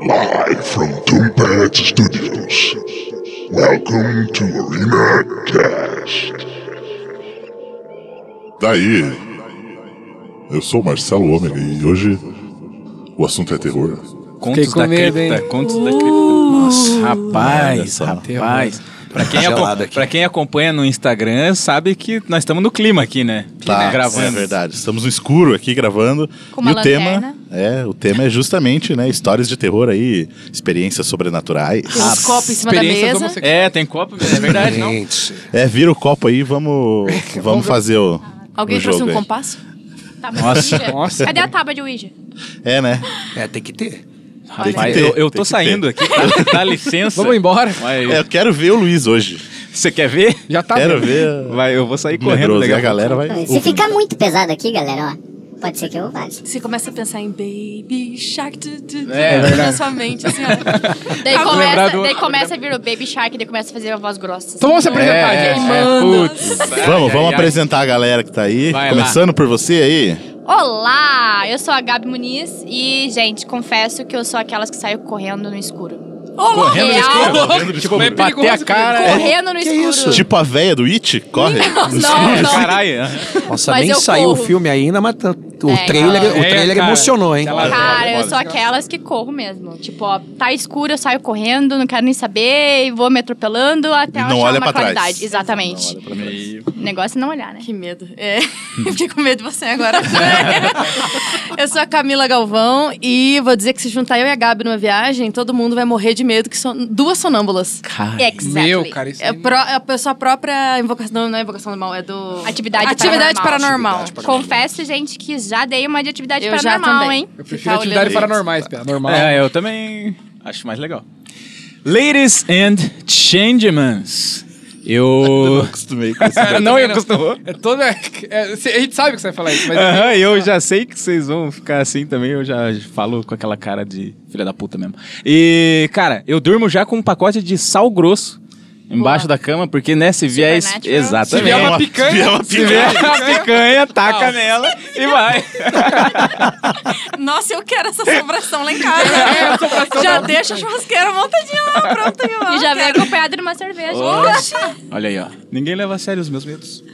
Live from Tombat Studios. Welcome to Arena Cast. Daí, eu sou o Marcelo Ômega e hoje o assunto é terror. Contos da cripta, contos da cripta. Nossa, rapaz. Pra quem acompanha no Instagram, sabe que nós estamos no clima aqui, né? Gravando. É verdade. Estamos no escuro aqui gravando. Com uma e lanterna. o tema é justamente, né, histórias de terror aí, experiências sobrenaturais. Tem uns copos em cima da mesa. É, tem copo, é verdade, não? Vira o copo aí, vamos fazer o Alguém o trouxe jogo um aí. compasso? Tá, Nossa. Nossa. Cadê a tábua de Ouija? É, né? Tem que ter. Rapaz, ter, eu tem tô que saindo aqui, dá licença. Vamos embora. Eu quero ver o Luiz hoje. Você quer ver? Já tá Quero vendo. ver. Eu vou sair o correndo medroso. daqui E a pouco. galera vai... Se ficar muito pesado aqui, galera, ó, pode ser que eu vaze. Você começa a pensar em Baby Shark verdade. na sua mente, assim, ó. Daí começa a vir o Baby Shark, daí começa a fazer a voz grossa. Então vamos se apresentar, gente. Putz. Vamos apresentar a galera que tá aí. Vai Começando por você aí. Olá, eu sou a Gabi Muniz e, gente, confesso que eu sou aquelas que saem correndo no escuro. Correndo no escuro? Tipo, Mas é bater a perigoso, cara. Correndo no escuro. isso? Tipo a véia do It, corre. Não. Caralho. Nossa, Mas nem eu saiu corro. o filme ainda, mas o trailer cara. emocionou, hein? Cara, eu sou aquelas que corro mesmo. Tipo, ó, tá escuro, eu saio correndo, não quero nem saber, e vou me atropelando até E eu não achar olha uma pra trás. qualidade. Exatamente. O negócio é não olhar, né? Que medo. Fiquei com medo de você agora. Eu sou a Camila Galvão e vou dizer que se juntar eu e a Gabi numa viagem, todo mundo vai morrer de medo, que são duas sonâmbulas. Exactly. Meu, cara, isso É a sua própria invocação, não é invocação do mal, é do... Atividade paranormal. Confesso, gente, que já dei uma de atividade Eu já paranormal, também. hein? Eu prefiro Ficar atividades olhando. paranormais, normal. Eu também acho mais legal. Ladies and Changemans. Eu acostumei com esse Não, eu acostumou. É toda... a gente sabe que você vai falar isso, mas... Eu já sei que vocês vão ficar assim também. Eu já falo com aquela cara de filha da puta mesmo. E, cara, eu durmo já com um pacote de sal grosso embaixo da cama, porque, né, se vier... Supernatural. Exatamente. Se vier uma picanha... Se vier uma picanha, taca nela e vai. Nossa, eu quero essa assombração lá em casa. Já deixa a churrasqueira montadinha lá, prontinha lá. E já vem acompanhado de uma cerveja. Olha aí, ó. Ninguém leva a sério os meus medos.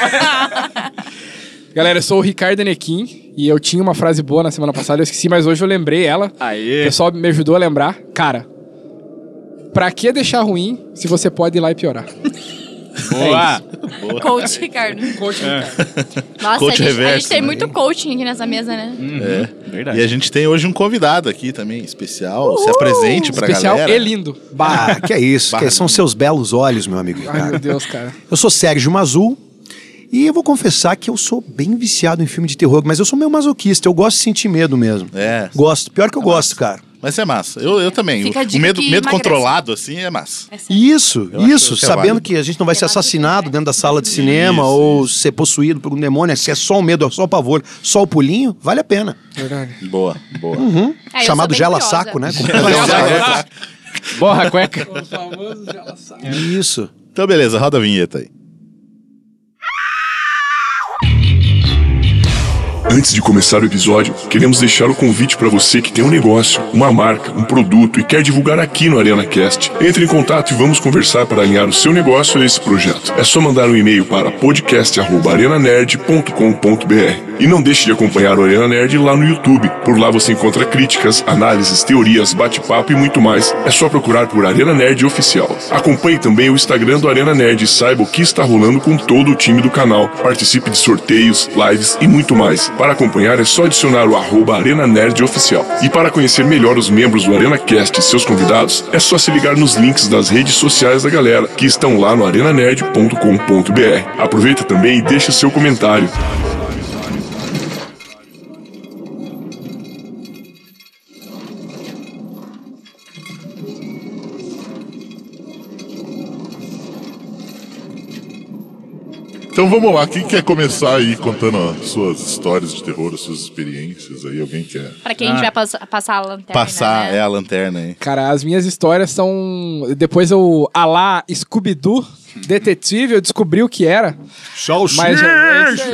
Galera, eu sou o Ricardo Enequim e eu tinha uma frase boa na semana passada, eu esqueci, mas hoje eu lembrei ela. Aê. O pessoal me ajudou a lembrar. Cara, pra que deixar ruim se você pode ir lá e piorar? Boa. Coach Ricardo. Nossa, Coach a reverso, gente tem né? muito coaching aqui nessa mesa, né? Verdade. E a gente tem hoje um convidado aqui também, especial. Se apresente pra Especial galera. e lindo. Bah, que é isso, que são seus belos olhos, meu amigo Ai, meu Ricardo. Deus, cara. Eu sou Sérgio Mazul e eu vou confessar que eu sou bem viciado em filme de terror, mas eu sou meio masoquista, eu gosto de sentir medo mesmo. É. Gosto, pior que eu gosto, cara. Mas é massa. Eu também. Fica a O dica medo que medo emagrece. controlado, assim, é massa. Isso, acho que é sabendo válido. que a gente não vai ser assassinado dentro da sala de cinema ou ser possuído por um demônio, se é só o medo, é só o pavor, só o pulinho, vale a pena. Verdade. Boa. É, eu sou Chamado bem gela-saco, curiosa. né? Borra a cueca. Os famosos já sabem. Isso. Então, beleza. Roda a vinheta aí. Antes de começar o episódio, queremos deixar o convite para você que tem um negócio, uma marca, um produto e quer divulgar aqui no ArenaCast. Entre em contato e vamos conversar para alinhar o seu negócio a esse projeto. É só mandar um e-mail para podcast@arenanerd.com.br. E não deixe de acompanhar o Arena Nerd lá no YouTube. Por lá você encontra críticas, análises, teorias, bate-papo e muito mais. É só procurar por Arena Nerd Oficial. Acompanhe também o Instagram do Arena Nerd e saiba o que está rolando com todo o time do canal. Participe de sorteios, lives e muito mais. Para acompanhar é só adicionar o @Arena Nerd Oficial. E para conhecer melhor os membros do ArenaCast e seus convidados, é só se ligar nos links das redes sociais da galera, que estão lá no arenanerd.com.br. Aproveita também e deixa seu comentário. Então vamos lá, quem quer começar aí contando as suas histórias de terror, as suas experiências aí? Alguém quer? Pra quem a gente vai passar a lanterna, Passar né? a lanterna aí. Cara, as minhas histórias são... Depois eu, alá Scooby-Doo, detetive, eu descobri o que era. Mas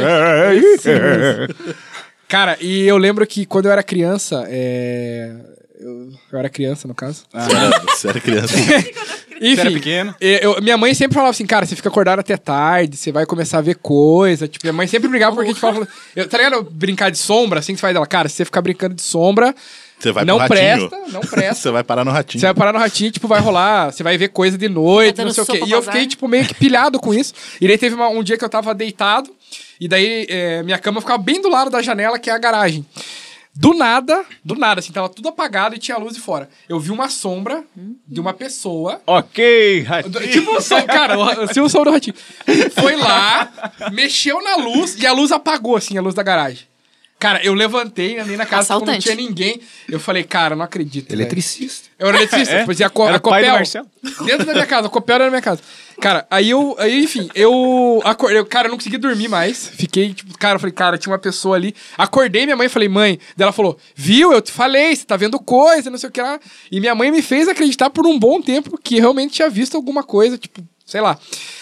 cara, e eu lembro que quando eu era criança, Eu era criança, no caso. Você era criança. Enfim, Você era pequeno? Minha mãe sempre falava assim, cara, você fica acordado até tarde, você vai começar a ver coisa. Tipo, minha mãe sempre brigava porque a gente falava... Tá ligado? Brincar de sombra, assim, que você faz dela. Cara, se você ficar brincando de sombra, Você vai não pro ratinho. presta, não presta. Você vai parar no ratinho. Você vai parar no ratinho, tipo, vai rolar, você vai ver coisa de noite, Tá dando não sei o quê. sopa E eu pro fiquei, azar. tipo, meio que pilhado com isso. E daí teve um dia que eu tava deitado, e daí minha cama ficava bem do lado da janela, que é a garagem. Do nada, assim, tava tudo apagado e tinha luz de fora. Eu vi uma sombra de uma pessoa. Ok, ratinho. Tipo o som, cara, o som do ratinho. Foi lá, mexeu na luz e a luz apagou, assim, a luz da garagem. Cara, eu levantei, andei na casa, tipo, não Assaltante. tinha ninguém. Eu falei, cara, não acredito. velho. Eletricista. Eu era eletricista, pois Era a o pai do Copel. Marcelo. Dentro da minha casa, a Copel era na minha casa. Cara, aí enfim, eu acordei, cara, eu não consegui dormir mais. Fiquei, tipo, cara, eu falei, cara, tinha uma pessoa ali. Acordei minha mãe, falei, mãe. Daí ela falou, viu, eu te falei, você tá vendo coisa, não sei o que lá. E minha mãe me fez acreditar por um bom tempo que realmente tinha visto alguma coisa, tipo, sei lá.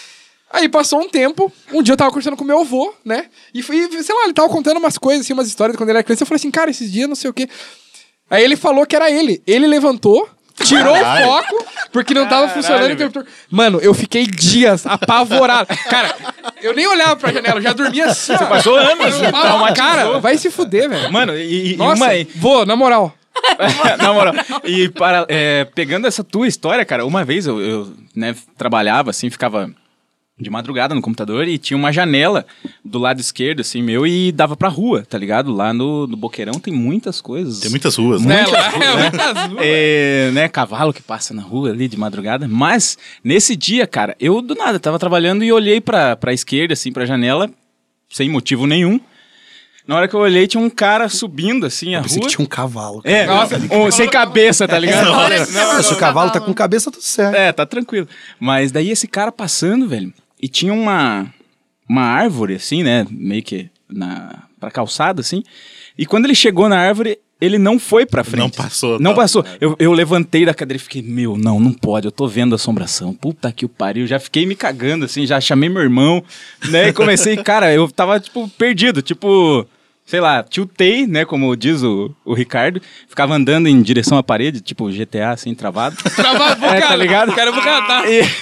Aí passou um tempo, um dia eu tava conversando com meu avô, né? E fui, sei lá, ele tava contando umas coisas, assim, umas histórias de quando ele era criança. Eu falei assim, cara, esses dias não sei o quê. Aí ele falou que era ele. Ele levantou, tirou o foco, porque não tava funcionando o interruptor. Mano, eu fiquei dias apavorado. Cara, eu nem olhava pra janela, eu já dormia assim. Você passou anos, Cara, vai se fuder, velho. Mano, e Nossa, vô, na moral. Na moral. E pegando essa tua história, cara, uma vez eu né, trabalhava assim, ficava de madrugada no computador e tinha uma janela do lado esquerdo, assim, meu, e dava pra rua, tá ligado? Lá no Boqueirão tem muitas coisas. Tem muitas ruas, né? Muitas ruas. Né, cavalo que passa na rua ali de madrugada. Mas, nesse dia, cara, eu do nada tava trabalhando e olhei pra esquerda, assim, pra janela, sem motivo nenhum. Na hora que eu olhei, tinha um cara subindo, assim, a Pensei rua. que tinha um cavalo. É, Nossa, sem cabeça, tá ligado? Se o cavalo tá com cabeça, tudo certo. É, tá tranquilo. Mas daí esse cara passando, velho, e tinha uma árvore, assim, né, meio que pra calçada, assim, e quando ele chegou na árvore, ele não foi pra frente. Não passou. Não tá. passou. Eu levantei da cadeira e fiquei, não pode, eu tô vendo a assombração. Puta que o pariu, já fiquei me cagando, assim, já chamei meu irmão, né, e comecei, cara, eu tava, tipo, perdido, tipo... Sei lá, tiltei, né, como diz o Ricardo, ficava andando em direção à parede, tipo GTA, assim, travado. Travado, Tá ligado? Cara, eu vou cantar.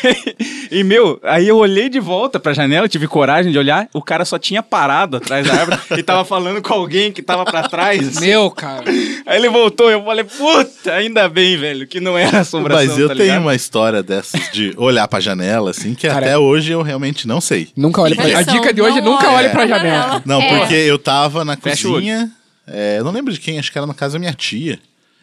E, meu, aí eu olhei de volta pra janela, tive coragem de olhar, o cara só tinha parado atrás da árvore e tava falando com alguém que tava pra trás. Assim. Meu, cara. Aí ele voltou, eu falei, puta, ainda bem, velho, que não era assombração, Mas eu tá tenho ligado? uma história dessas de olhar pra janela, assim, que Cara, até hoje eu realmente não sei. Nunca olhe pra... A Lição, dica de hoje é não nunca olhe olhe pra pra janela. janela. Não, É. porque eu tava na Fecha o cozinha, eu não lembro de quem, acho que era na casa da minha tia.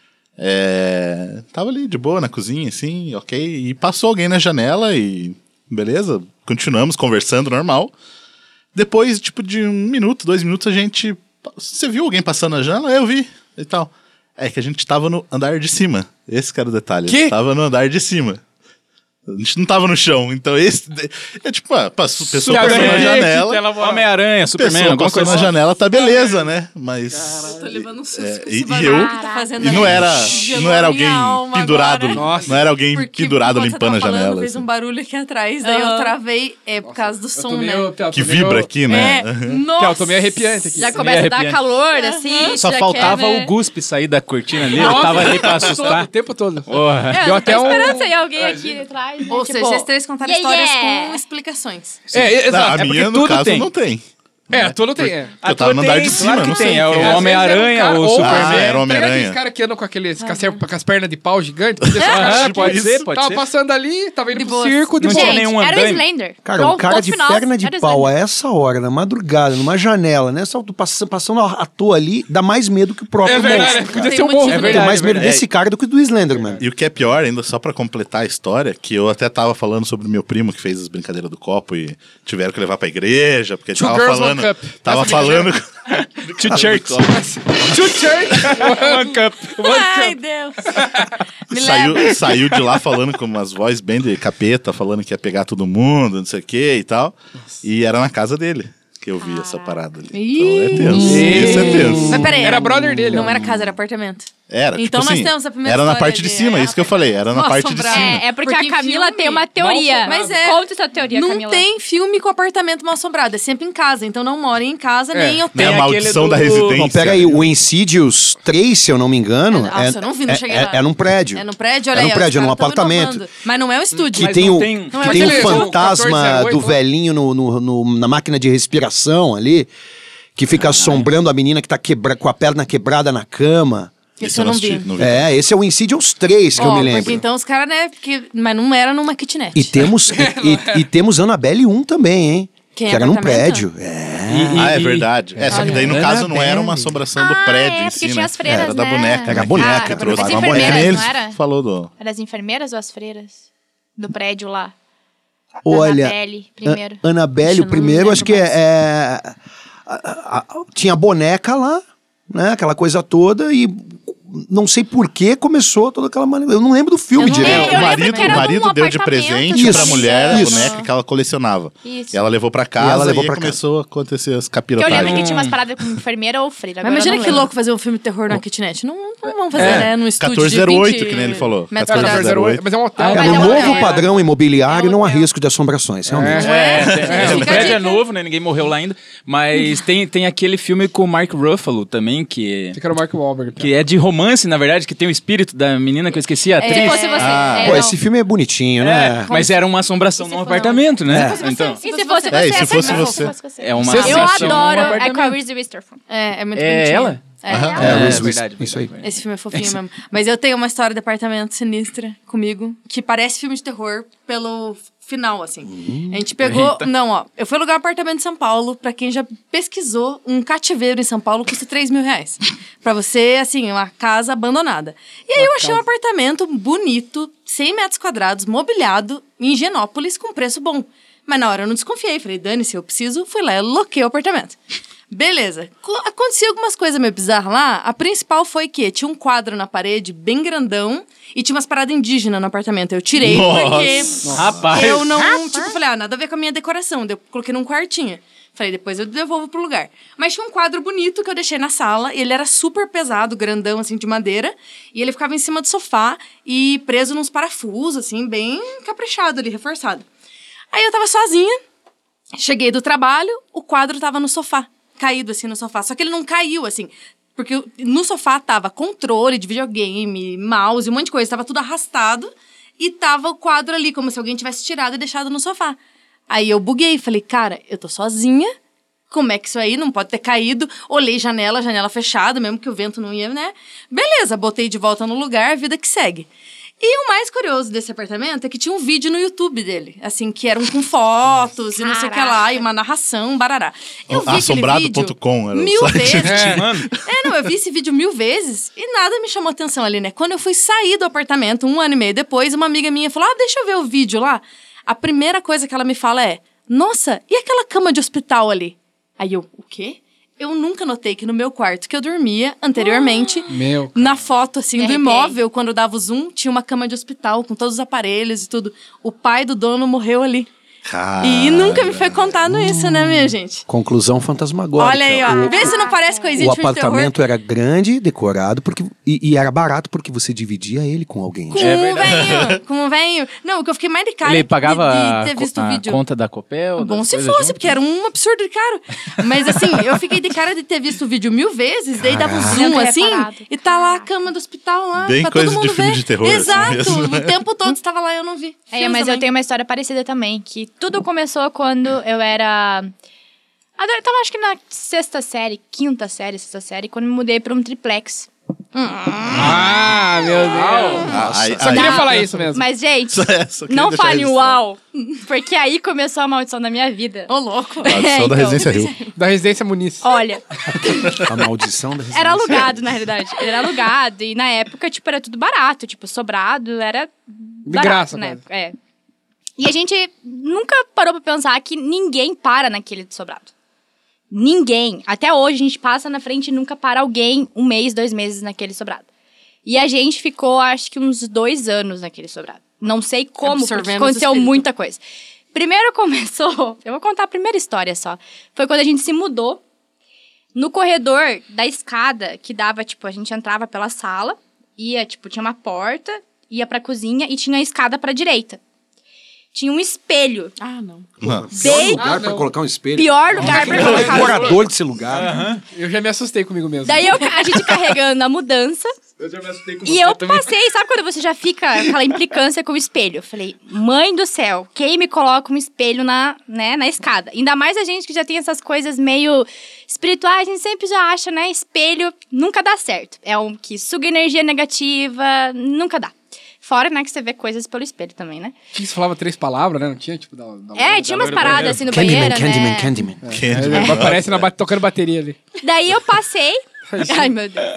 Tava ali de boa na cozinha, assim, ok, e passou alguém na janela e beleza, continuamos conversando normal. Depois, tipo, de 1 minuto, 2 minutos, a gente... Você viu alguém passando na janela? Eu vi, e tal. É que a gente tava no andar de cima. Esse que era o detalhe. Que? A gente tava no andar de cima. A gente não tava no chão, então esse... É tipo, passou, pessoa passou na janela... Homem-Aranha, Superman, Pessoa alguma passou coisa na assim. janela, tá beleza, né? Mas... Tô levando um susto com e esse barulho eu- que tá fazendo E aí. não era Gelou a alguém minha alma pendurado. agora. Nossa. Não era alguém Porque pendurado enquanto limpando a eu tava falando, janela. fez um assim. barulho aqui atrás, daí eu Aham. travei, por causa do som, né? Que vibra aqui, né? É, nossa. Eu tô meio arrepiante aqui. Já começa a dar arrepiante. calor, assim. Só já faltava quer, né? o Guspe sair da cortina ali, eu tava ali pra assustar. O tempo todo. Porra. É, Deu eu até tô um- esperando sair alguém aqui atrás. Né? Ou tipo, seja, vocês três contaram yeah, histórias yeah. com explicações. É, Não, exato. a É minha, porque no tudo caso, tem. não tem. tu não tem. É. Eu tava no andar de cima, claro não que sei tem. É quem o é. Homem-Aranha, Às o vezes é um cara- Superman. Ah, era o Pega Homem-Aranha. aqueles caras que andam com com as pernas de pau gigantes. Pode ser. Tava passando ali, tava indo De pro boas. circo, de Não boa. tinha Gente, nenhum era o andaime. Slender. Cara, um cara Ponto de final, perna de era o pau Slender. a essa hora, na madrugada, numa janela, nessa altura, passando à toa ali, dá mais medo que o próprio É verdade, monstro. podia Tem ser um motivo, monstro. né? né? Tem mais é medo verdade. desse cara do que do Slenderman. E o que é pior, ainda só pra completar a história, que eu até tava falando sobre o meu primo que fez as brincadeiras do copo e tiveram que levar pra igreja, porque Two tava girls, falando... one cup. Tava Essa falando... Two church. Two church, one cup. Ai, Deus. Me leva. Saiu de lá falando com umas vozes bem de capeta, falando que ia pegar todo mundo, não sei o que e tal. E era na casa dele. que eu vi essa parada ali. Ih. Então é tenso. Isso é tenso. Mas peraí. Era brother dele, Não ó. era casa, era apartamento. Era, Então tipo nós assim, temos a primeira era na história parte de cima, isso que eu falei, era na Mal parte de assombrado. cima. É porque Porque a Camila filme- tem uma teoria. Mas é. Conta essa teoria, Não Camila. tem filme com apartamento mal assombrado, é sempre em casa. Então não morem em casa, nem em Não hotel. é a maldição da aquele do- residência. Não, pera aí, o Insidious 3, se eu não me engano, Nossa, eu não vi, não cheguei lá. é num prédio. É no prédio, olha É num aí, prédio, os é num caras tão me apartamento. roubando. Mas não é um estúdio. Que Mas tem não o, tem- que Não é tem aquele- o fantasma 1408, do velhinho na máquina de respiração ali, que fica assombrando a menina que tá com a perna quebrada na cama. Esse eu não vi. Não vi. É, esse é o Insidious 3 que eu Ó, me lembro. Porque então os caras, né? Mas não era numa kitnet. E temos, e temos Annabelle 1 também, hein? Quem que é era num apartamento? prédio. É. Ah, é verdade. É, só que daí no Olha. caso não era uma assombração do prédio em porque si, tinha né? as freiras, Era da né? boneca. Era a né? boneca, Que trouxe trouxe as uma boneca. enfermeiras, Eles não era? falou do... Eram as enfermeiras ou as freiras? Do prédio lá. Olha, Annabelle, primeiro. Annabelle, Deixa o eu não primeiro, lembro acho que tinha a boneca lá, né? Aquela coisa toda e não sei por que começou toda aquela maneira. Eu não lembro do filme Eu não direito. lembro. eu O lembro marido, que era o marido num deu de apartamento, presente Isso, pra mulher a isso. boneca que ela colecionava. Isso. E ela levou pra casa E ela levou aí pra começou a acontecer as Porque eu capirotagens. lembro que tinha umas paradas com enfermeira ou freira. Mas agora eu imagina não que lembro. louco fazer um filme de terror na kitnet. Não vamos fazer, É, né? Num estúdio 1408, de 20 que nem ele falou. metros 1408. quadrados. Mas é um hotel. É, Mas no é um novo hotel. padrão imobiliário, É um não há hotel. risco de assombrações, realmente. O Fica a prédio é dica. novo, né? Ninguém morreu lá ainda. Mas tem aquele filme com o Mark Ruffalo também, que Era o Mark Wahlberg. que é de romance, na verdade, que tem o espírito da menina que eu esqueci, a Se atriz. fosse você. Pô, não. esse filme é bonitinho, né? Mas era uma assombração num apartamento, né? Então, E se fosse você? É, e se fosse essa- você? é uma Eu assombração num adoro a apartamento. Clarice Wisterford. É muito É bonitinho. ela? É. É, Reese verdade. Isso aí. Esse filme é fofinho mesmo. Mas eu tenho uma história de apartamento sinistra comigo, que parece filme de terror pelo final, assim. A gente pegou... Eita. Não, ó. Eu fui alugar um apartamento em São Paulo. Pra quem já pesquisou, um cativeiro em São Paulo custa R$3.000. Pra você, assim, uma casa abandonada. E aí eu achei um apartamento bonito, 100 metros quadrados, mobiliado, em Higienópolis, com preço bom. Mas na hora eu não desconfiei. Falei, dane-se, eu preciso. Fui lá e loquei o apartamento. Beleza. Aconteceu algumas coisas meio bizarras lá. A principal foi que tinha um quadro na parede bem grandão e tinha umas paradas indígenas no apartamento. Eu tirei porque Rapaz. eu não... Tipo, falei, nada a ver com a minha decoração. Eu coloquei num quartinho. Falei, depois eu devolvo pro lugar. Mas tinha um quadro bonito que eu deixei na sala. E ele era super pesado, grandão, assim, de madeira. E ele ficava em cima do sofá e preso nos parafusos, assim, bem caprichado ali, reforçado. Aí eu tava sozinha. Cheguei do trabalho, o quadro tava no sofá. Caído, assim, no sofá. Só que ele não caiu, assim... Porque no sofá tava controle de videogame, mouse, um monte de coisa. Tava tudo arrastado. E tava o quadro ali, como se alguém tivesse tirado e deixado no sofá. Aí eu buguei. Falei, cara, eu tô sozinha. Como é que isso aí não pode ter caído? Olhei janela fechada, mesmo que o vento não ia, né? Beleza, botei de volta no lugar, vida que segue. E o mais curioso desse apartamento é que tinha um vídeo no YouTube dele, assim, que eram com fotos e não sei o que lá, e uma narração, barará. Eu vi Assombrado.com era o 1000 site. vezes. Mano, Não, eu vi esse vídeo 1000 vezes e nada me chamou atenção ali, né? Quando eu fui sair do apartamento, 1 ano e meio depois, uma amiga minha falou, deixa eu ver o vídeo lá. A primeira coisa que ela me fala é, nossa, e aquela cama de hospital ali? Aí eu, o quê? Eu nunca notei que no meu quarto que eu dormia anteriormente, Meu. na foto, assim, do arrepiei. imóvel, quando eu dava o zoom, tinha uma cama de hospital com todos os aparelhos e tudo. O pai do dono morreu ali. E nunca me foi contado isso, né, minha gente? Conclusão fantasmagórica. Olha aí, ó. Vê se não parece coisinha O de filme de terror. apartamento era grande, decorado, e era barato porque você dividia ele com alguém. Com um velho, com um velho. Não, o que eu fiquei mais de cara ele pagava de ter visto o a vídeo. conta da Copel? Bom das se coisas fosse, junto? porque era um absurdo de caro. Mas assim, eu fiquei de cara de ter visto o vídeo 1000 vezes, daí dava um zoom Nunca assim, reparado. e tá lá a cama do hospital lá, Bem pra coisa todo mundo de filme ver. de terror, assim Exato, mesmo. o tempo todo estava lá e eu não vi. Mas eu tenho uma história parecida também, que tudo começou quando eu era... Eu tava acho que na sexta série, sexta série, quando me mudei pra um triplex. Ah, meu Deus. Só queria falar isso mesmo. Mas, gente, Só queria não deixar fale registrado. uau, porque aí começou a maldição da minha vida. Ô, louco. Maldição da Residência Rio. Da Residência Muniz. Olha, A maldição da residência. era alugado, na realidade. Ele era alugado e na época, tipo, era tudo barato. Tipo, sobrado era barato graça, na quase. época. É. E a gente nunca parou pra pensar que ninguém para naquele sobrado. Ninguém. Até hoje a gente passa na frente e nunca para alguém 1 mês, 2 meses naquele sobrado. E a gente ficou, acho que uns 2 anos naquele sobrado. Não sei como, porque Absorvendo os aconteceu espíritos. muita coisa. Primeiro começou... Eu vou contar a primeira história só. Foi quando a gente se mudou. No corredor da escada, que dava, tipo, a gente entrava pela sala, ia, tipo, tinha uma porta, ia pra cozinha e tinha a escada pra direita. Tinha um espelho. Ah, não. Pior lugar pra colocar um espelho. Pior lugar pra colocar um espelho. Morador desse lugar. Eu já me assustei comigo mesmo. Daí a gente carregando a mudança. Eu já me assustei com E eu passei, sabe quando você já fica aquela implicância com o espelho? Eu falei, mãe do céu, quem me coloca um espelho na escada? Ainda mais a gente que já tem essas coisas meio espirituais, a gente sempre já acha, né? Espelho nunca dá certo. É um que suga energia negativa, nunca dá. Fora, né, que você vê coisas pelo espelho também, né? Tinha que você falava 3 palavras, né? Não tinha, tipo, Tinha umas paradas assim no banheiro, né? Candyman. Aparece tocando bateria ali. Daí eu passei... Ai, meu Deus.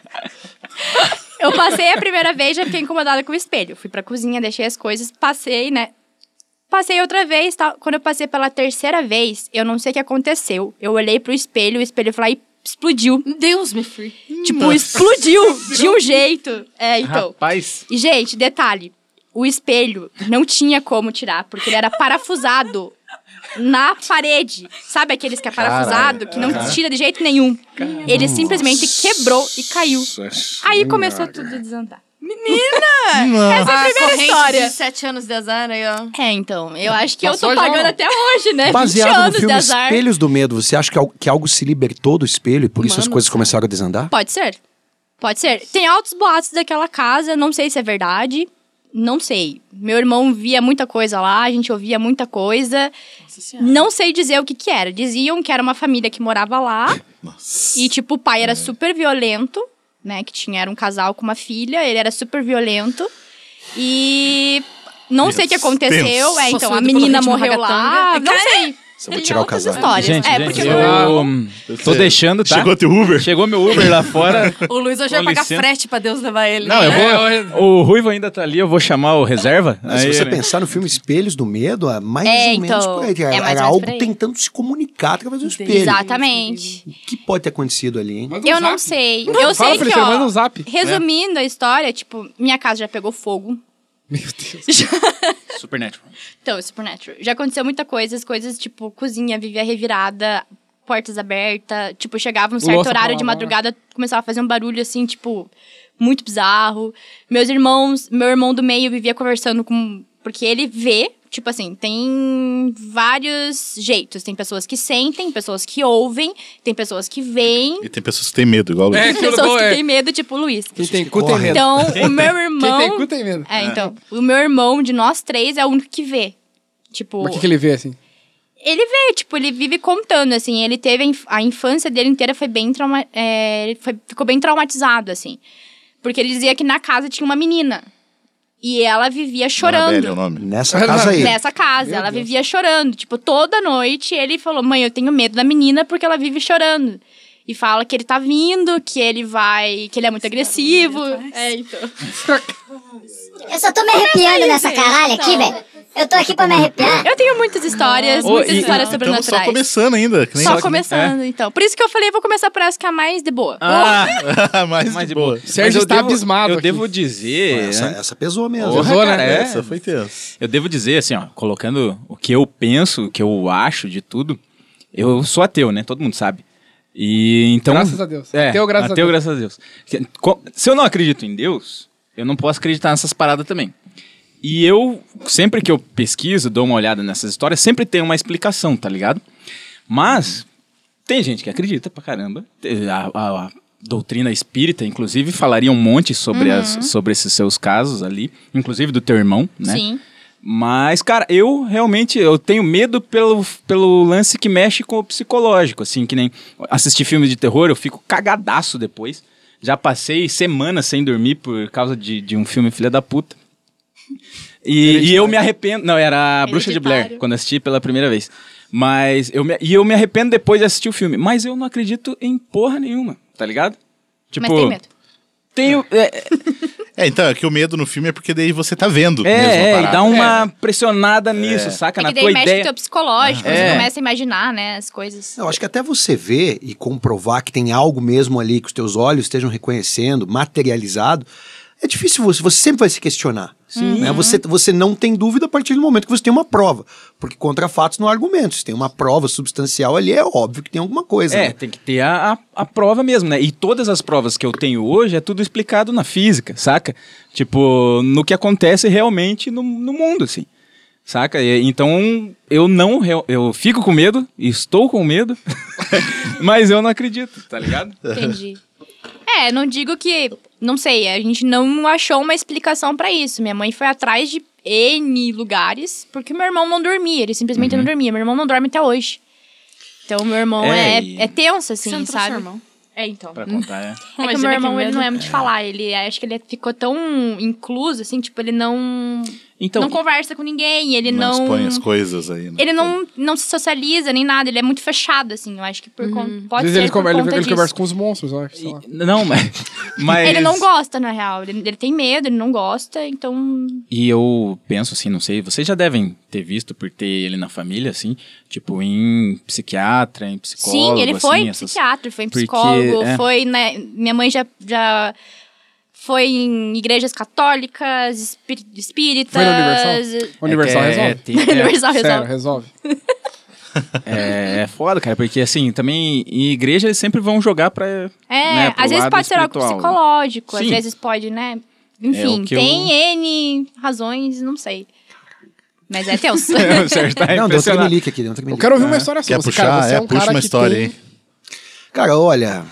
Eu passei a primeira vez, já fiquei incomodada com o espelho. Fui pra cozinha, deixei as coisas, passei, né? Passei outra vez, tá? Quando eu passei pela terceira vez, eu não sei o que aconteceu. Eu olhei pro espelho, o espelho foi lá e explodiu. Deus me free. Tipo, explodiu de um jeito. Então. Rapaz. E, gente, detalhe. O espelho não tinha como tirar, porque ele era parafusado na parede. Sabe aqueles que é parafusado, que não tira de jeito nenhum? Ele simplesmente quebrou e caiu. Aí começou tudo a desandar. Menina! Essa é a primeira história. De 7 anos de azar aí, ó. Então, eu acho que Passou eu tô já, pagando não? até hoje, né? 20 Baseado no anos de filme azar. Espelhos do Medo, você acha que algo se libertou do espelho e por isso as coisas começaram a desandar? Pode ser. Pode ser. Tem altos boatos daquela casa, não sei se é verdade. Não sei. Meu irmão via muita coisa lá, a gente ouvia muita coisa. Não sei dizer o que era. Diziam que era uma família que morava lá. E, tipo, o pai era super violento, né? Que era um casal com uma filha, ele era super violento. E não sei o que aconteceu. Tenso. Então, Possuído a menina pelo morreu ritmo lá. ragatanga. Não sei. Eu vou tirar o casaco. Histórias. Gente, porque eu tô deixando, tá? Chegou teu Uber? Chegou meu Uber lá fora. O Luiz hoje Com vai pagar licença. frete pra Deus levar ele. Não, né? eu vou... O Ruivo ainda tá ali, eu vou chamar o reserva. Mas se você pensar no filme Espelhos do Medo, é mais ou menos então, por aí. é mais ou Era menos algo por aí. tentando se comunicar através do espelho. Exatamente. O que pode ter acontecido ali, hein? Manda um Eu não zap. sei. Eu Fala, sei que, Felipe, manda ó, um zap. resumindo a história, tipo, minha casa já pegou fogo. Meu Deus. Supernatural. Então, Supernatural. Já aconteceu muita coisa, as coisas, tipo, cozinha vivia revirada, portas abertas, tipo, chegava um certo Louça pra horário de lavar. madrugada, começava a fazer um barulho, assim, tipo, muito bizarro. Meu irmão do meio vivia conversando com... Porque ele vê, tipo assim, tem vários jeitos. Tem pessoas que sentem, pessoas que ouvem, tem pessoas que veem, E tem pessoas que têm medo, igual o Luiz. É, tem pessoas que têm medo, tipo o Luiz. Quem tem cu tem medo. Então, o meu irmão... Quem tem cu tem medo. Então, o meu irmão, de nós três, é o único que vê. Tipo, Mas o que ele vê, assim? ele vê, tipo, ele vive contando, assim. Ele teve a infância dele inteira foi bem ficou bem traumatizado, assim. Porque ele dizia que na casa tinha uma menina. E ela vivia chorando. Anabelle é o nome. Nessa casa aí. Nessa casa, ela vivia chorando. Tipo, toda noite ele falou: mãe, eu tenho medo da menina porque ela vive chorando. E fala que ele tá vindo, que ele é muito agressivo. Então. Eu só tô me arrepiando nessa caralho aqui, velho. Eu tô aqui pra me arrepiar. Eu tenho muitas histórias, muitas histórias Estamos sobrenaturais. só começando ainda. Que nem Só isso. começando, então. Por isso que eu falei, vou começar por essa que é a mais de boa. mais Mais de de boa. boa. Sérgio está abismado Eu aqui. devo dizer... né? Essa pesou mesmo. Pesou, né? É. Essa foi tensa. Eu devo dizer, assim, ó, colocando o que eu penso, o que eu acho de tudo, eu sou ateu, né? Todo mundo sabe. E então... Graças a Deus. É, Ateu, graças a Deus. graças a Deus. Se eu não acredito em Deus, eu não posso acreditar nessas paradas também. E eu, sempre que eu pesquiso, dou uma olhada nessas histórias, sempre tem uma explicação, tá ligado? Mas tem gente que acredita pra caramba. A doutrina espírita, inclusive, falaria um monte sobre, sobre esses seus casos ali, inclusive do teu irmão, né? Sim. Mas, cara, eu realmente eu tenho medo pelo lance que mexe com o psicológico, assim, que nem assistir filmes de terror, eu fico cagadaço depois. Já passei semanas sem dormir por causa de um filme filha da puta. E eu me arrependo... Não, era a Bruxa de Blair, Hereditário. quando assisti pela primeira vez. Mas eu me arrependo depois de assistir o filme. Mas eu não acredito em porra nenhuma, tá ligado? Tipo, Mas tem medo. Tenho... Então, é que o medo no filme é porque daí você tá vendo mesmo a e parada. dá uma pressionada nisso, saca? É Na que daí tua mexe ideia. com o teu psicológico, É. você começa a imaginar, né, as coisas. Eu acho que até você ver e comprovar que tem algo mesmo ali que os teus olhos estejam reconhecendo, materializado, é difícil você sempre vai se questionar. Sim. Né? Você não tem dúvida a partir do momento que você tem uma prova. Porque contra fatos não há argumentos. Se tem uma prova substancial ali, é óbvio que tem alguma coisa. Né? Tem que ter a prova mesmo, né? E todas as provas que eu tenho hoje é tudo explicado na física, saca? Tipo, no que acontece realmente no mundo, assim. Saca? Então, eu fico com medo, estou com medo, mas eu não acredito, tá ligado? Entendi. Não digo que... Não sei, a gente não achou uma explicação pra isso. Minha mãe foi atrás de N lugares, porque meu irmão não dormia, ele simplesmente não dormia. Meu irmão não dorme até hoje. Então, meu irmão é tenso, assim, Você não trouxe sabe? seu irmão? Então. Pra contar, É que o meu irmão, ele não é muito de falar. Acho que ele ficou tão incluso, assim, tipo, ele não conversa com ninguém, ele não expõe as coisas aí. Né? Ele não se socializa nem nada, ele é muito fechado, assim. Eu acho que pode Às vezes ser ele por conta disso. ele conversa com os monstros, eu acho. Sei lá. Não, mas... Ele não gosta, na real. Ele tem medo, ele não gosta, então... E eu penso assim, não sei, vocês já devem ter visto por ter ele na família, assim, tipo, em psiquiatra, em psicólogo. Sim, ele foi assim, psiquiatra, foi em psicólogo, foi, né? Minha mãe já foi em igrejas católicas, espíritas... Foi no Universal? Universal resolve. Universal resolve. Sério, resolve. É foda, cara, porque assim, também em igreja eles sempre vão jogar pra... né, às vezes pode ser algo psicológico, Sim. às vezes pode, né? Enfim, tem N razões, não sei. Mas é tenso. Não, deu um tremelique aqui. Eu quero ouvir uma história sua. Quer puxar? Cara, você é um puxa cara uma que história tem... aí. Cara, olha...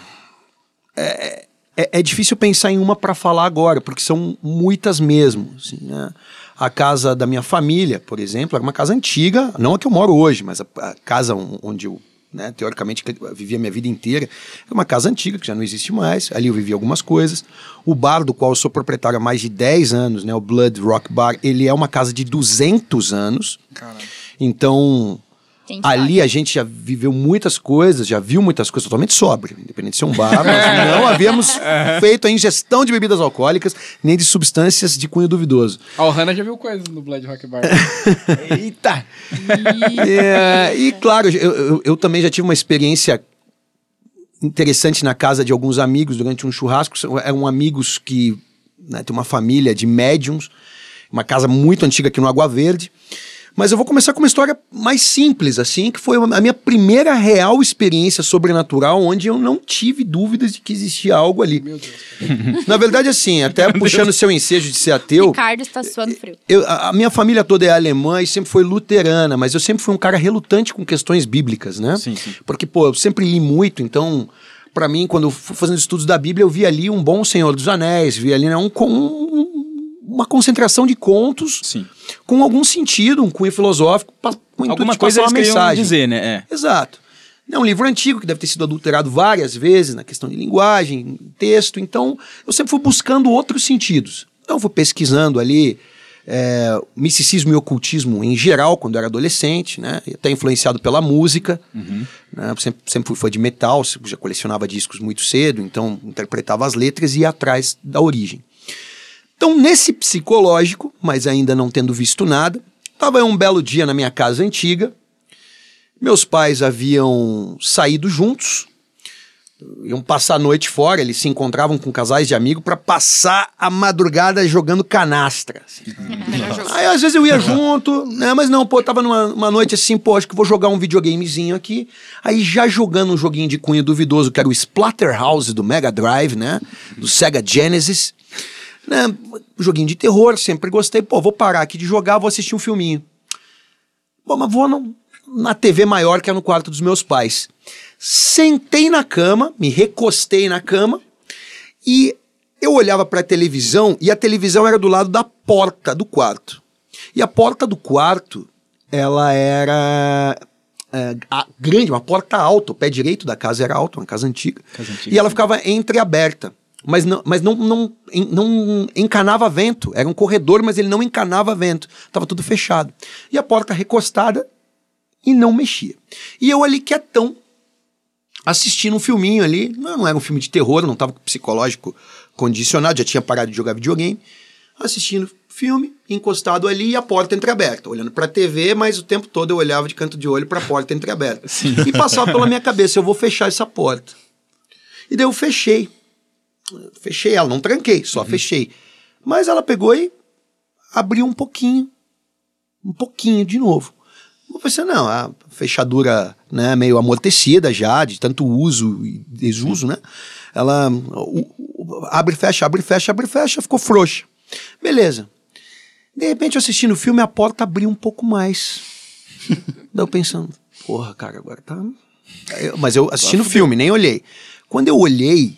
É difícil pensar em uma para falar agora, porque são muitas mesmo. Assim, né? A casa da minha família, por exemplo, era uma casa antiga, não a que eu moro hoje, mas a casa onde eu, né, teoricamente, vivi a minha vida inteira, é uma casa antiga que já não existe mais. Ali eu vivi algumas coisas. O bar do qual eu sou proprietário há mais de 10 anos, né, o Blood Rock Bar, ele é uma casa de 200 anos. Caramba. Então... Ali a gente já viveu muitas coisas, já viu muitas coisas totalmente sóbrio, independente de ser um bar, mas não havíamos feito a ingestão de bebidas alcoólicas, nem de substâncias de cunho duvidoso. O Hanna já viu coisas no Blood Rock Bar. Eita! E claro, eu também já tive uma experiência interessante na casa de alguns amigos durante um churrasco. Eram amigos que, né, tem uma família de médiums, uma casa muito antiga aqui no Água Verde. Mas eu vou começar com uma história mais simples, assim, que foi a minha primeira real experiência sobrenatural, onde eu não tive dúvidas de que existia algo ali. Meu Deus. Na verdade, assim, até puxando o seu ensejo de ser ateu... Ricardo está suando frio. A minha família toda é alemã e sempre foi luterana, mas eu sempre fui um cara relutante com questões bíblicas, né? Sim. Porque, eu sempre li muito, então... Pra mim, quando eu fui fazendo estudos da Bíblia, eu vi ali um bom Senhor dos Anéis, vi ali, né, uma concentração de contos. Sim. Com algum sentido, um cunho filosófico, com alguma coisa eles queriam dizer, né? Exato. É um livro antigo que deve ter sido adulterado várias vezes na questão de linguagem, texto, então eu sempre fui buscando outros sentidos. Então eu fui pesquisando ali misticismo e ocultismo em geral, quando eu era adolescente, né? Até influenciado pela música. Né? Sempre fui fã de metal, já colecionava discos muito cedo, então interpretava as letras e ia atrás da origem. Então, nesse psicológico, mas ainda não tendo visto nada, estava um belo dia na minha casa antiga, meus pais haviam saído juntos, iam passar a noite fora, eles se encontravam com casais de amigos para passar a madrugada jogando canastra. Assim. Aí, às vezes eu ia junto, né, mas não, tava numa noite assim, acho que vou jogar um videogamezinho aqui, aí já jogando um joguinho de cunho duvidoso, que era o Splatterhouse do Mega Drive, né, do Sega Genesis, né, joguinho de terror, sempre gostei. Vou parar aqui de jogar, vou assistir um filminho. Mas vou na TV maior, que é no quarto dos meus pais. Sentei na cama, me recostei na cama e eu olhava para a televisão e a televisão era do lado da porta do quarto. E a porta do quarto, ela era grande, uma porta alta, o pé direito da casa era alto, uma casa antiga. E ela ficava entreaberta. Mas não encanava vento. Era um corredor, mas ele não encanava vento. Estava tudo fechado. E a porta recostada e não mexia. E eu ali quietão, assistindo um filminho ali. Não era um filme de terror, não estava com psicológico condicionado, já tinha parado de jogar videogame. Assistindo filme, encostado ali e a porta entreaberta. Olhando para a TV, mas o tempo todo eu olhava de canto de olho para a porta entreaberta. E passava pela minha cabeça, eu vou fechar essa porta. E daí eu fechei ela, não tranquei, só fechei. Mas ela pegou e abriu um pouquinho de novo. Eu pensei, não, a fechadura, né, meio amortecida já, de tanto uso e desuso, né? Ela abre, fecha, ficou frouxa. Beleza. De repente, eu assistindo o filme, a porta abriu um pouco mais. Daí eu pensando, porra, cara, agora tá... Mas eu assistindo o filme, nem olhei. Quando eu olhei,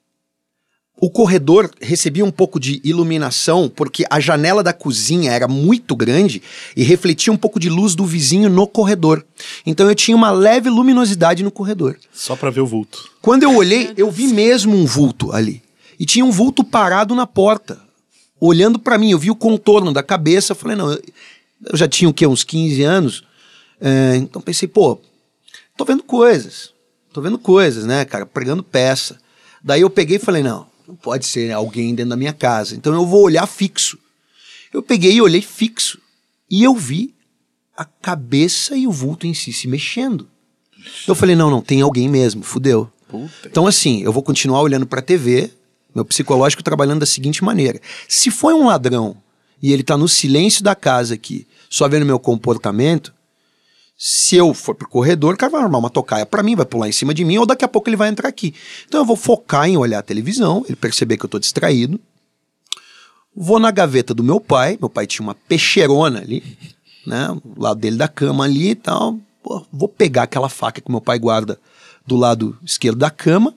o corredor recebia um pouco de iluminação, porque a janela da cozinha era muito grande e refletia um pouco de luz do vizinho no corredor. Então eu tinha uma leve luminosidade no corredor. Só pra ver o vulto. Quando eu olhei, eu vi mesmo um vulto ali. E tinha um vulto parado na porta, olhando pra mim. Eu vi o contorno da cabeça, falei, não, eu já tinha o quê, uns 15 anos? Então pensei, pô, tô vendo coisas, né, cara, pregando peça. Daí eu peguei e falei, não pode ser alguém dentro da minha casa, então eu vou olhar fixo. Eu peguei e olhei fixo, e eu vi a cabeça e o vulto em si se mexendo. Eu falei, não, tem alguém mesmo, fudeu. Então assim, eu vou continuar olhando pra TV, meu psicológico trabalhando da seguinte maneira: se foi um ladrão, e ele tá no silêncio da casa aqui, só vendo meu comportamento, se eu for pro corredor, o cara vai armar uma tocaia pra mim, vai pular em cima de mim, ou daqui a pouco ele vai entrar aqui. Então eu vou focar em olhar a televisão, ele perceber que eu tô distraído. Vou na gaveta do meu pai tinha uma peixeirona ali, né, do lado dele da cama ali e tal. Pô, vou pegar aquela faca que meu pai guarda do lado esquerdo da cama.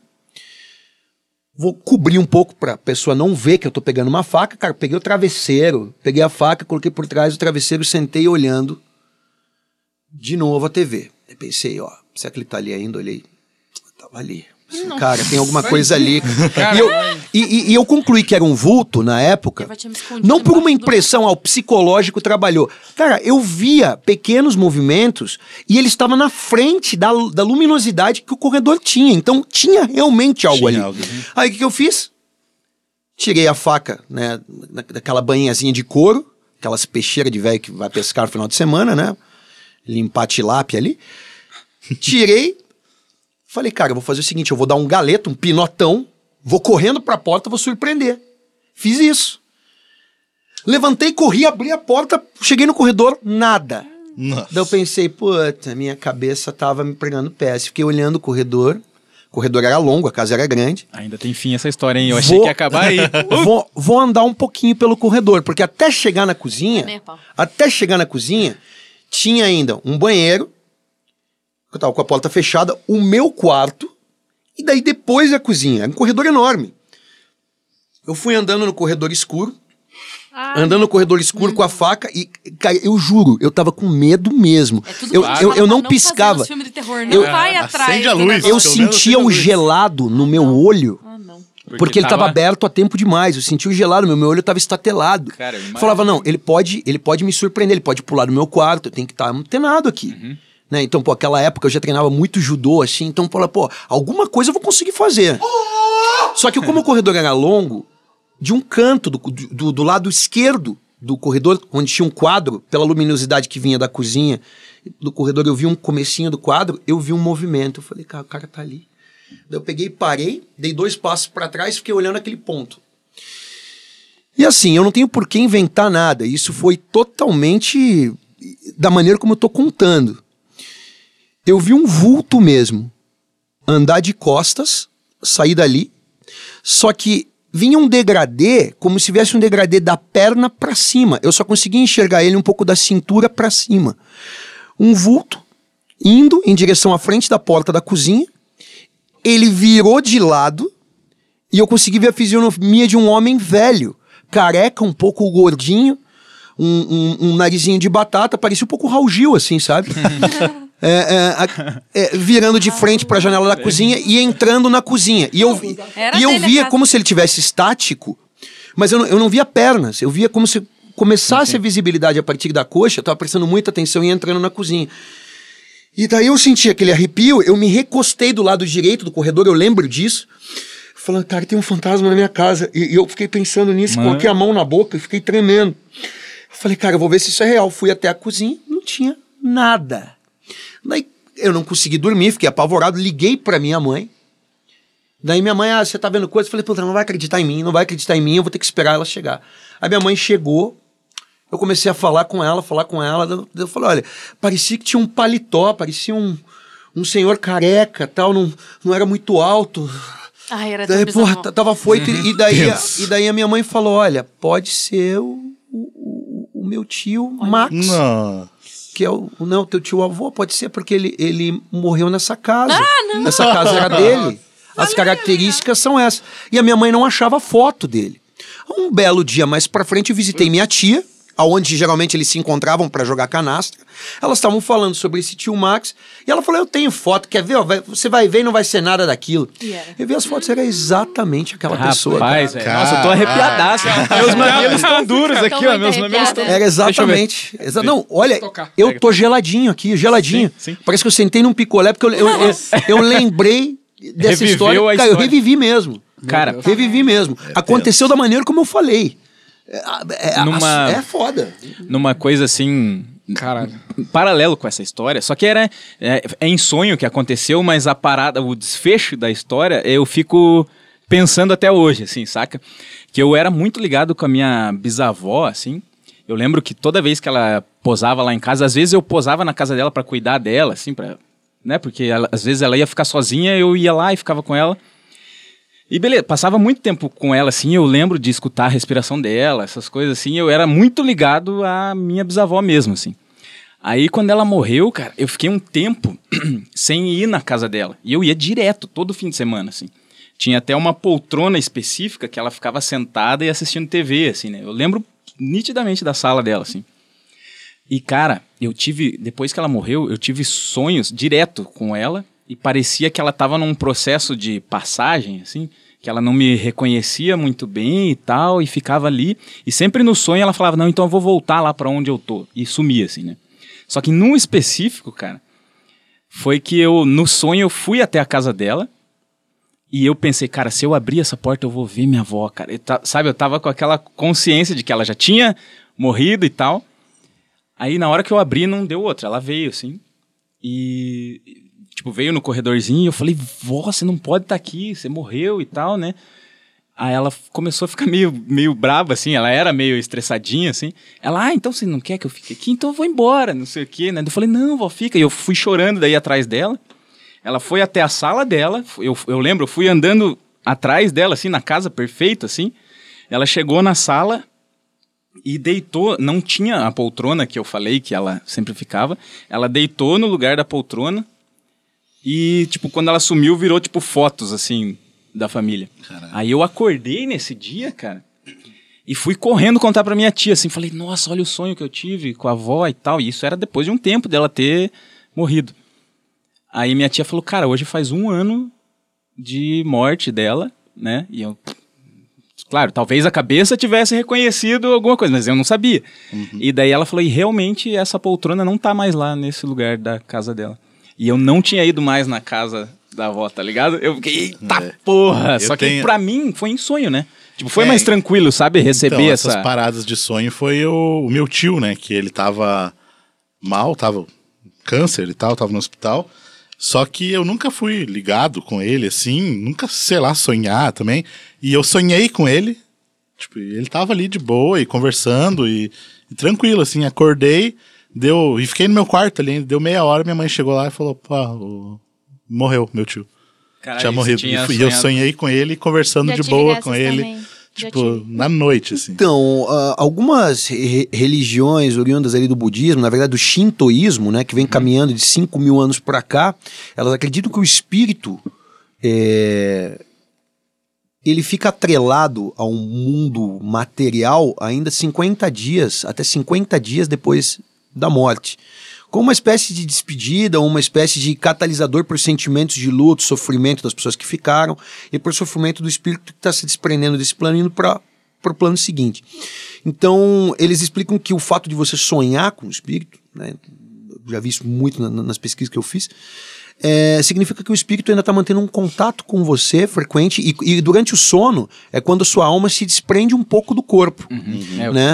Vou cobrir um pouco pra pessoa não ver que eu tô pegando uma faca. Cara, peguei o travesseiro, peguei a faca, coloquei por trás do travesseiro, sentei olhando de novo a TV. Eu pensei, ó, será que ele tá ali ainda? Olhei, tava ali. Não. Cara, tem alguma coisa ali. E eu concluí que era um vulto na época, não por uma impressão, o psicológico trabalhou. Cara, eu via pequenos movimentos e ele estava na frente da luminosidade que o corredor tinha. Então tinha realmente algo ali. Aí o que eu fiz? Tirei a faca, né, daquela banhazinha de couro, aquelas peixeiras de velho que vai pescar no final de semana, né? Limpar a tilápia ali. Tirei. Falei, cara, eu vou fazer o seguinte, eu vou dar um galeto, um pinotão, vou correndo pra porta, vou surpreender. Fiz isso. Levantei, corri, abri a porta, cheguei no corredor, nada. Nossa. Daí eu pensei, puta, minha cabeça tava me pregando pés. Fiquei olhando o corredor era longo, a casa era grande. Ainda tem fim essa história, hein? Eu achei que ia acabar aí. Vou andar um pouquinho pelo corredor, porque até chegar na cozinha, tinha ainda um banheiro, eu tava com a porta fechada, o meu quarto, e daí depois a cozinha. Era um corredor enorme. Eu fui andando no corredor escuro, com a faca, e, cara, eu juro, eu tava com medo mesmo. Eu não piscava. Filme de terror, não vai atrás. Acende a luz. Eu sentia o gelado no meu olho. Porque ele tava aberto há tempo demais. Eu senti o gelado, meu olho tava estatelado. Cara, falava, não, ele pode me surpreender, ele pode pular no meu quarto, eu tenho que estar antenado aqui. Né? Então, aquela época eu já treinava muito judô, assim, então, alguma coisa eu vou conseguir fazer. Só que como o corredor era longo, de um canto do lado esquerdo do corredor, onde tinha um quadro, pela luminosidade que vinha da cozinha, do corredor eu vi um comecinho do quadro, eu vi um movimento. Eu falei, cara, o cara tá ali. Daí eu peguei, parei, dei 2 passos para trás e fiquei olhando aquele ponto. E assim, eu não tenho por que inventar nada. Isso foi totalmente da maneira como eu tô contando. Eu vi um vulto mesmo andar de costas, sair dali, só que vinha um degradê, como se tivesse um degradê da perna para cima. Eu só conseguia enxergar ele um pouco da cintura para cima. Um vulto indo em direção à frente da porta da cozinha. Ele virou de lado e eu consegui ver a fisionomia de um homem velho, careca, um pouco gordinho, um narizinho de batata, parecia um pouco Raul Gil, assim, sabe? Virando de frente para a janela da cozinha e entrando na cozinha. E eu via como se ele tivesse estático, mas eu não via pernas, eu via como se começasse a visibilidade a partir da coxa, eu estava prestando muita atenção e entrando na cozinha. E daí eu senti aquele arrepio, eu me recostei do lado direito do corredor, eu lembro disso, falando, cara, tem um fantasma na minha casa. E eu fiquei pensando nisso, coloquei a mão na boca e fiquei tremendo. Eu falei, cara, eu vou ver se isso é real. Fui até a cozinha, não tinha nada. Daí eu não consegui dormir, fiquei apavorado, liguei pra minha mãe. Daí minha mãe, você tá vendo coisa? Eu falei, puta, ela não vai acreditar em mim, eu vou ter que esperar ela chegar. Aí minha mãe chegou, eu comecei a falar com ela, eu falei, olha, parecia que tinha um paletó, parecia um senhor careca, tal, não era muito alto. Ai, era daí, tão porra, tava foito, e daí a minha mãe falou, olha, pode ser o meu tio Max. Não. Que é o teu tio avô, pode ser, porque ele morreu nessa casa. Essa casa era dele. As características são essas. E a minha mãe não achava foto dele. Um belo dia mais pra frente, eu visitei minha tia, aonde geralmente eles se encontravam pra jogar canastra. Elas estavam falando sobre esse tio Max, e ela falou, eu tenho foto, quer ver? Ó, você vai ver e não vai ser nada daquilo. Eu vi as fotos, era exatamente aquela pessoa. Rapaz, nossa, eu tô arrepiadaço. Meus mamilos estão duros aqui, ó. Meus mamilos estão... Era exatamente. Não, olha, eu tô geladinho aqui, geladinho. Sim. Parece que eu sentei num picolé, porque eu lembrei dessa história. Cara, eu revivi mesmo. Cara, revivi mesmo. Aconteceu da maneira como eu falei. É foda. Numa coisa assim... Caralho. Paralelo com essa história, só que é em sonho que aconteceu, mas a parada, o desfecho da história, eu fico pensando até hoje, assim, saca? Que eu era muito ligado com a minha bisavó, assim. Eu lembro que toda vez que ela posava lá em casa, às vezes eu posava na casa dela pra cuidar dela, assim, né? Porque às vezes ela ia ficar sozinha, eu ia lá e ficava com ela. E beleza, passava muito tempo com ela, assim, eu lembro de escutar a respiração dela, essas coisas assim, eu era muito ligado à minha bisavó mesmo, assim. Aí, quando ela morreu, cara, eu fiquei um tempo sem ir na casa dela. E eu ia direto, todo fim de semana, assim. Tinha até uma poltrona específica que ela ficava sentada e assistindo TV, assim, né? Eu lembro nitidamente da sala dela, assim. E, cara, depois que ela morreu, eu tive sonhos direto com ela e parecia que ela tava num processo de passagem, assim, que ela não me reconhecia muito bem e tal, e ficava ali. E sempre no sonho ela falava, não, então eu vou voltar lá pra onde eu tô. E sumia, assim, né? Só que num específico, cara, foi que no sonho, eu fui até a casa dela e eu pensei, cara, se eu abrir essa porta, eu vou ver minha avó, cara. Sabe, eu tava com aquela consciência de que ela já tinha morrido e tal. Aí, na hora que eu abri, não deu outra. Ela veio, assim, e... tipo, veio no corredorzinho e eu falei, vó, você não pode estar aqui, você morreu e tal, né? Aí ela começou a ficar meio brava, assim, ela era meio estressadinha, assim. Ela, então você não quer que eu fique aqui? Então eu vou embora, não sei o quê, né? Eu falei, não, vó, fica. E eu fui chorando daí atrás dela. Ela foi até a sala dela, eu lembro, eu fui andando atrás dela, assim, na casa, perfeito, assim. Ela chegou na sala e deitou, não tinha a poltrona que eu falei que ela sempre ficava. Ela deitou no lugar da poltrona. E, tipo, quando ela sumiu, virou, tipo, fotos, assim, da família. Caralho. Aí eu acordei nesse dia, cara, e fui correndo contar pra minha tia, assim, falei, nossa, olha o sonho que eu tive com a avó e tal. E isso era depois de um tempo dela ter morrido. Aí minha tia falou, cara, hoje faz 1 ano de morte dela, né? E eu... Claro, talvez a cabeça tivesse reconhecido alguma coisa, mas eu não sabia. Uhum. E daí ela falou, e realmente essa poltrona não tá mais lá nesse lugar da casa dela. E eu não tinha ido mais na casa da avó, tá ligado? Eu fiquei, eita porra! Só que pra mim foi em sonho, né? Tipo, foi mais tranquilo, sabe? Receber então, essas paradas de sonho foi o meu tio, né? Que ele tava mal, tava câncer e tal, tava no hospital. Só que eu nunca fui ligado com ele, assim, nunca, sei lá, sonhar também. E eu sonhei com ele, tipo, ele tava ali de boa e conversando e tranquilo, assim, acordei... E fiquei no meu quarto ali, deu meia hora, minha mãe chegou lá e falou, pô, morreu meu tio. Caralho, tinha morrido. E eu sonhei com ele, conversando de boa com ele. Também. Tipo, na noite, assim. Então, algumas religiões oriundas ali do budismo, na verdade do shintoísmo, né, que vem caminhando de 5.000 anos pra cá, elas acreditam que o espírito ele fica atrelado a um mundo material ainda 50 dias, até 50 dias depois da morte, como uma espécie de despedida, uma espécie de catalisador por sentimentos de luto, sofrimento das pessoas que ficaram e por sofrimento do espírito que está se desprendendo desse plano e indo para o plano seguinte. Então, eles explicam que o fato de você sonhar com o espírito, né, já vi isso muito nas pesquisas que eu fiz, significa que o espírito ainda está mantendo um contato com você frequente e durante o sono é quando a sua alma se desprende um pouco do corpo, né?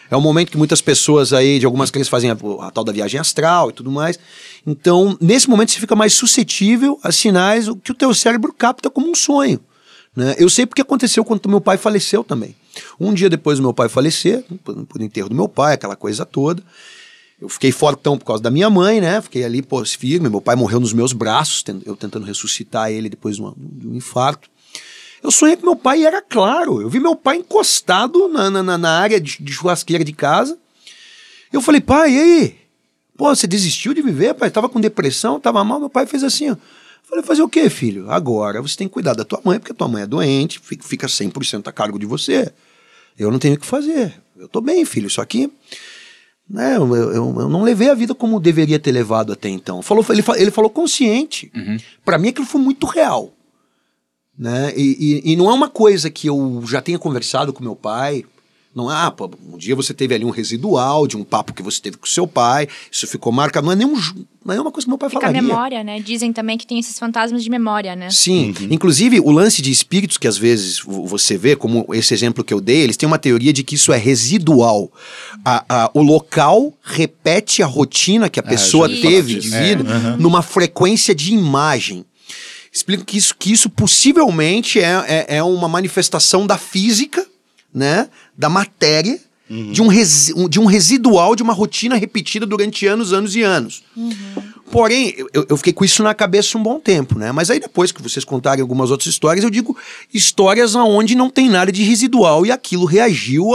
É um momento que muitas pessoas aí, de algumas crenças, fazem a tal da viagem astral e tudo mais. Então, nesse momento, você fica mais suscetível a sinais que o teu cérebro capta como um sonho. Né? Eu sei porque aconteceu quando meu pai faleceu também. Um dia depois do meu pai falecer, por enterro do meu pai, aquela coisa toda, eu fiquei fortão por causa da minha mãe, né? Fiquei ali, pô, firme. Meu pai morreu nos meus braços, eu tentando ressuscitar ele depois de um infarto. Eu sonhei com meu pai e era claro. Eu vi meu pai encostado na área de churrasqueira de casa. Eu falei, pai, e aí? Pô, você desistiu de viver, pai? Tava com depressão, tava mal. Meu pai fez assim, ó. Falei, fazer o quê, filho? Agora você tem que cuidar da tua mãe, porque a tua mãe é doente, fica 100% a cargo de você. Eu não tenho o que fazer. Eu tô bem, filho, só que... né, eu não levei a vida como deveria ter levado até então. Ele falou consciente. Pra mim aquilo foi muito real. Né? E não é uma coisa que eu já tenha conversado com meu pai. Não é, pô, um dia você teve ali um residual de um papo que você teve com seu pai, isso ficou marcado. Não é uma coisa que meu pai falaria. Fica a memória, né? Dizem também que tem esses fantasmas de memória, né? Sim, inclusive o lance de espíritos que às vezes você vê, como esse exemplo que eu dei, eles têm uma teoria de que isso é residual. O local repete a rotina que a pessoa teve de vida numa frequência de imagem. Explico que isso possivelmente é uma manifestação da física, né, da matéria, de um residual de uma rotina repetida durante anos e anos. Porém, eu fiquei com isso na cabeça um bom tempo, né? Mas aí depois que vocês contarem algumas outras histórias, eu digo histórias onde não tem nada de residual e aquilo reagiu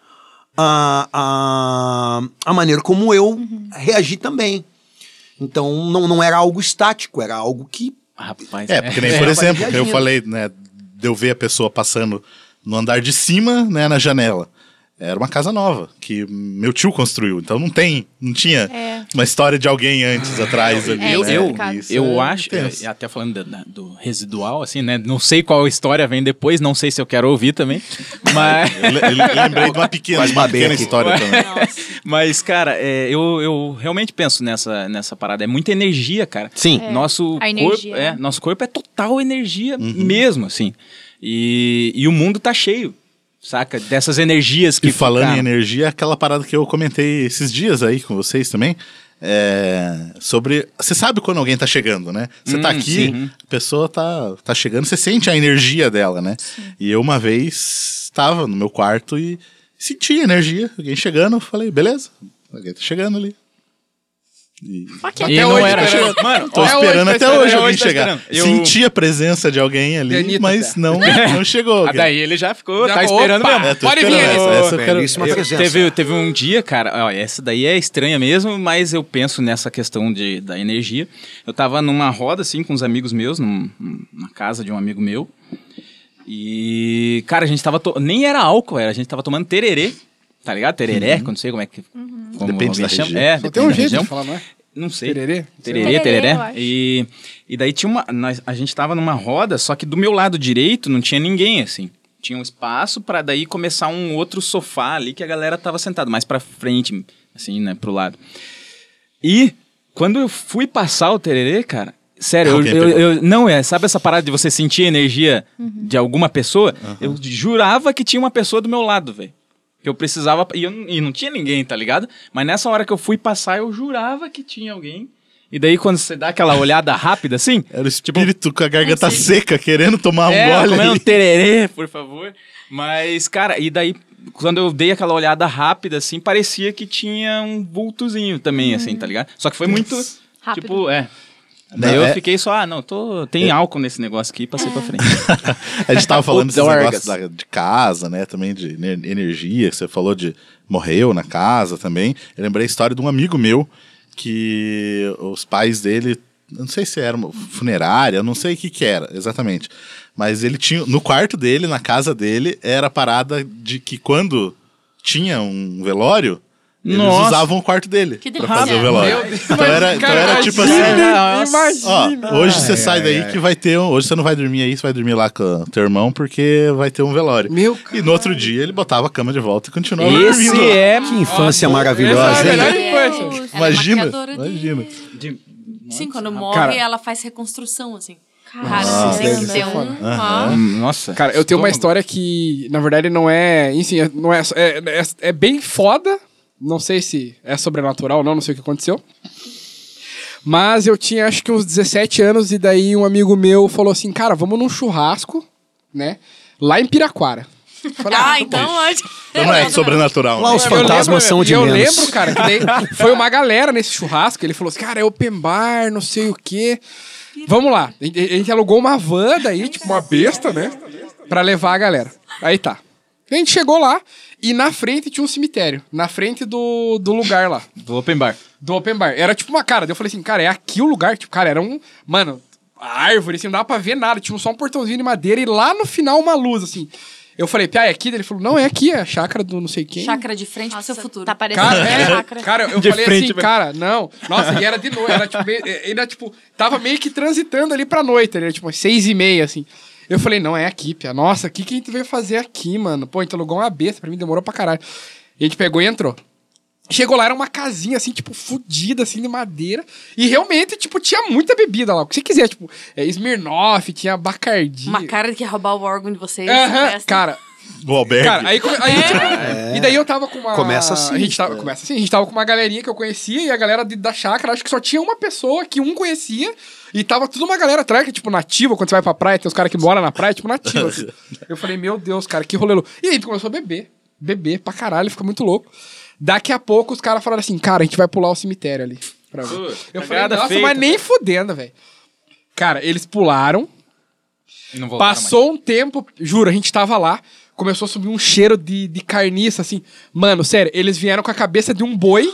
a maneira como eu reagi também. Então não era algo estático, era algo que... Rapaz, porque nem, por exemplo, eu falei, né, de eu ver a pessoa passando no andar de cima, né, na janela. Era uma casa nova, que meu tio construiu. Então não tinha uma história de alguém antes, atrás ali. Eu acho, até falando do residual, assim, né? Não sei qual história vem depois, não sei se eu quero ouvir também. Mas... eu lembrei de uma pequena história também. Mas, cara, eu realmente penso nessa parada. É muita energia, cara. Sim. Nosso corpo é total energia mesmo, assim. E o mundo tá cheio, saca? Dessas energias que... E falando em energia, aquela parada que eu comentei esses dias aí com vocês também, sobre... Você sabe quando alguém tá chegando, né? Você tá aqui, a pessoa tá chegando, você sente a energia dela, né? Sim. E eu uma vez estava no meu quarto e senti a energia, alguém chegando, eu falei, beleza, alguém tá chegando ali. E não era... Mano, tô esperando até hoje alguém chegar. Senti a presença de alguém ali, Anitta, mas não chegou. Daí ele já ficou, tá esperando mesmo. Pode vir, essa eu quero... Teve um dia, cara, ó, essa daí é estranha mesmo, mas eu penso nessa questão da energia. Eu tava numa roda, assim, com uns amigos meus, na casa de um amigo meu, e, cara, a gente tava... Nem era álcool, a gente tava tomando tererê. Tá ligado? Tereré, não sei como é que... Depende da região. Só tem um jeito de falar, não é? Não sei. Tereré? Tereré. E daí tinha a gente tava numa roda, só que do meu lado direito não tinha ninguém, assim. Tinha um espaço pra daí começar um outro sofá ali que a galera tava sentada, mais pra frente, assim, né, pro lado. E quando eu fui passar o tererê, cara... Sério, sabe essa parada de você sentir a energia de alguma pessoa? Eu jurava que tinha uma pessoa do meu lado, velho. Que eu precisava... E não tinha ninguém, tá ligado? Mas nessa hora que eu fui passar, eu jurava que tinha alguém. E daí, quando você dá aquela olhada rápida, assim... Era o espírito com a garganta seca, querendo tomar um gole. Comendo um tererê, por favor. Mas, cara, e daí... Quando eu dei aquela olhada rápida, assim, parecia que tinha um vultozinho também, assim, tá ligado? Só que foi muito... Rápido. Tipo, daí eu fiquei só, tem álcool nesse negócio aqui e passei pra frente. A gente tava falando desses negócios de casa, né, também de energia, que você falou de morreu na casa também. Eu lembrei a história de um amigo meu, que os pais dele, não sei se era uma funerária, não sei o que era exatamente, mas ele tinha, no quarto dele, na casa dele, era a parada de que quando tinha um velório, eles usavam o quarto dele pra fazer o velório. Então era tipo assim, hoje você sai daí que vai ter hoje você não vai dormir aí, você vai dormir lá com o teu irmão porque vai ter um velório. E no outro dia ele botava a cama de volta e continuava dormindo. Que infância maravilhosa, hein? Imagina. Sim, quando morre ela faz reconstrução, assim. Cara, Nossa, meu deve ser Deus. foda. Nossa. Cara, eu tenho uma Estômago. história que, na verdade, não é... Enfim, não é, é bem foda. Não sei se é sobrenatural ou não sei o que aconteceu. Mas eu tinha, acho que uns 17 anos, e daí um amigo meu falou assim, cara, vamos num churrasco, né? Lá em Piraquara. Falei, Então hoje. Então não é sobrenatural. Lá né? os fantasmas são de eu menos. lembro, cara, que daí foi uma galera nesse churrasco, ele falou assim, cara, é open bar, não sei o quê. Vamos lá. A gente alugou uma van daí, tipo uma besta, né? Pra levar a galera. Aí tá. A gente chegou lá e na frente tinha um cemitério. Na frente do lugar lá. Do open bar. Do open bar. Era tipo uma cara. Daí eu falei assim, cara, é aqui o lugar? Tipo, cara, era um... Mano, a árvore, assim, não dava pra ver nada. Tinha só um portãozinho de madeira e lá no final uma luz, assim. Eu falei, Pia, é aqui? Ele falou, não, é aqui, é a chácara do não sei quem. Chácara de frente pro seu futuro. Tá parecendo Cara, cara, eu De falei frente, assim, velho. cara, não. Nossa, e era de noite, era tipo, ainda tipo, tava meio que transitando ali pra noite, era tipo umas 6h30, assim. Eu falei, não, é aqui, Pia. Nossa, o que a gente veio fazer aqui, mano? Pô, a gente alugou uma besta, pra mim demorou pra caralho. E a gente pegou e entrou. Chegou lá, era uma casinha, assim, tipo, fodida, assim, de madeira. E realmente, tipo, tinha muita bebida lá. O que você quiser, tipo, Smirnoff, tinha Bacardi. Uma cara de que ia roubar o órgão de vocês. Aham, festa. cara, O albergue. Cara, aí, e daí eu tava com uma... Começa assim. Começa assim. A gente tava com uma galerinha que eu conhecia e a galera da chácara, acho que só tinha uma pessoa que um conhecia e tava tudo uma galera atrás, que tipo, nativa, quando você vai pra praia, tem os caras que moram na praia, tipo, nativa, assim. Eu falei, meu Deus, cara, que rolê louco. E aí a gente começou a beber. Beber pra caralho, fica muito louco. Daqui a pouco os caras falaram assim, cara, a gente vai pular o cemitério ali. Pra ver. Eu falei, cagada nossa, feita, mas nem fudendo, velho. Cara, eles pularam. E não voltaram Passou um tempo, juro, a gente tava lá, começou a subir um cheiro de carniça, assim. Mano, sério, eles vieram com a cabeça de um boi.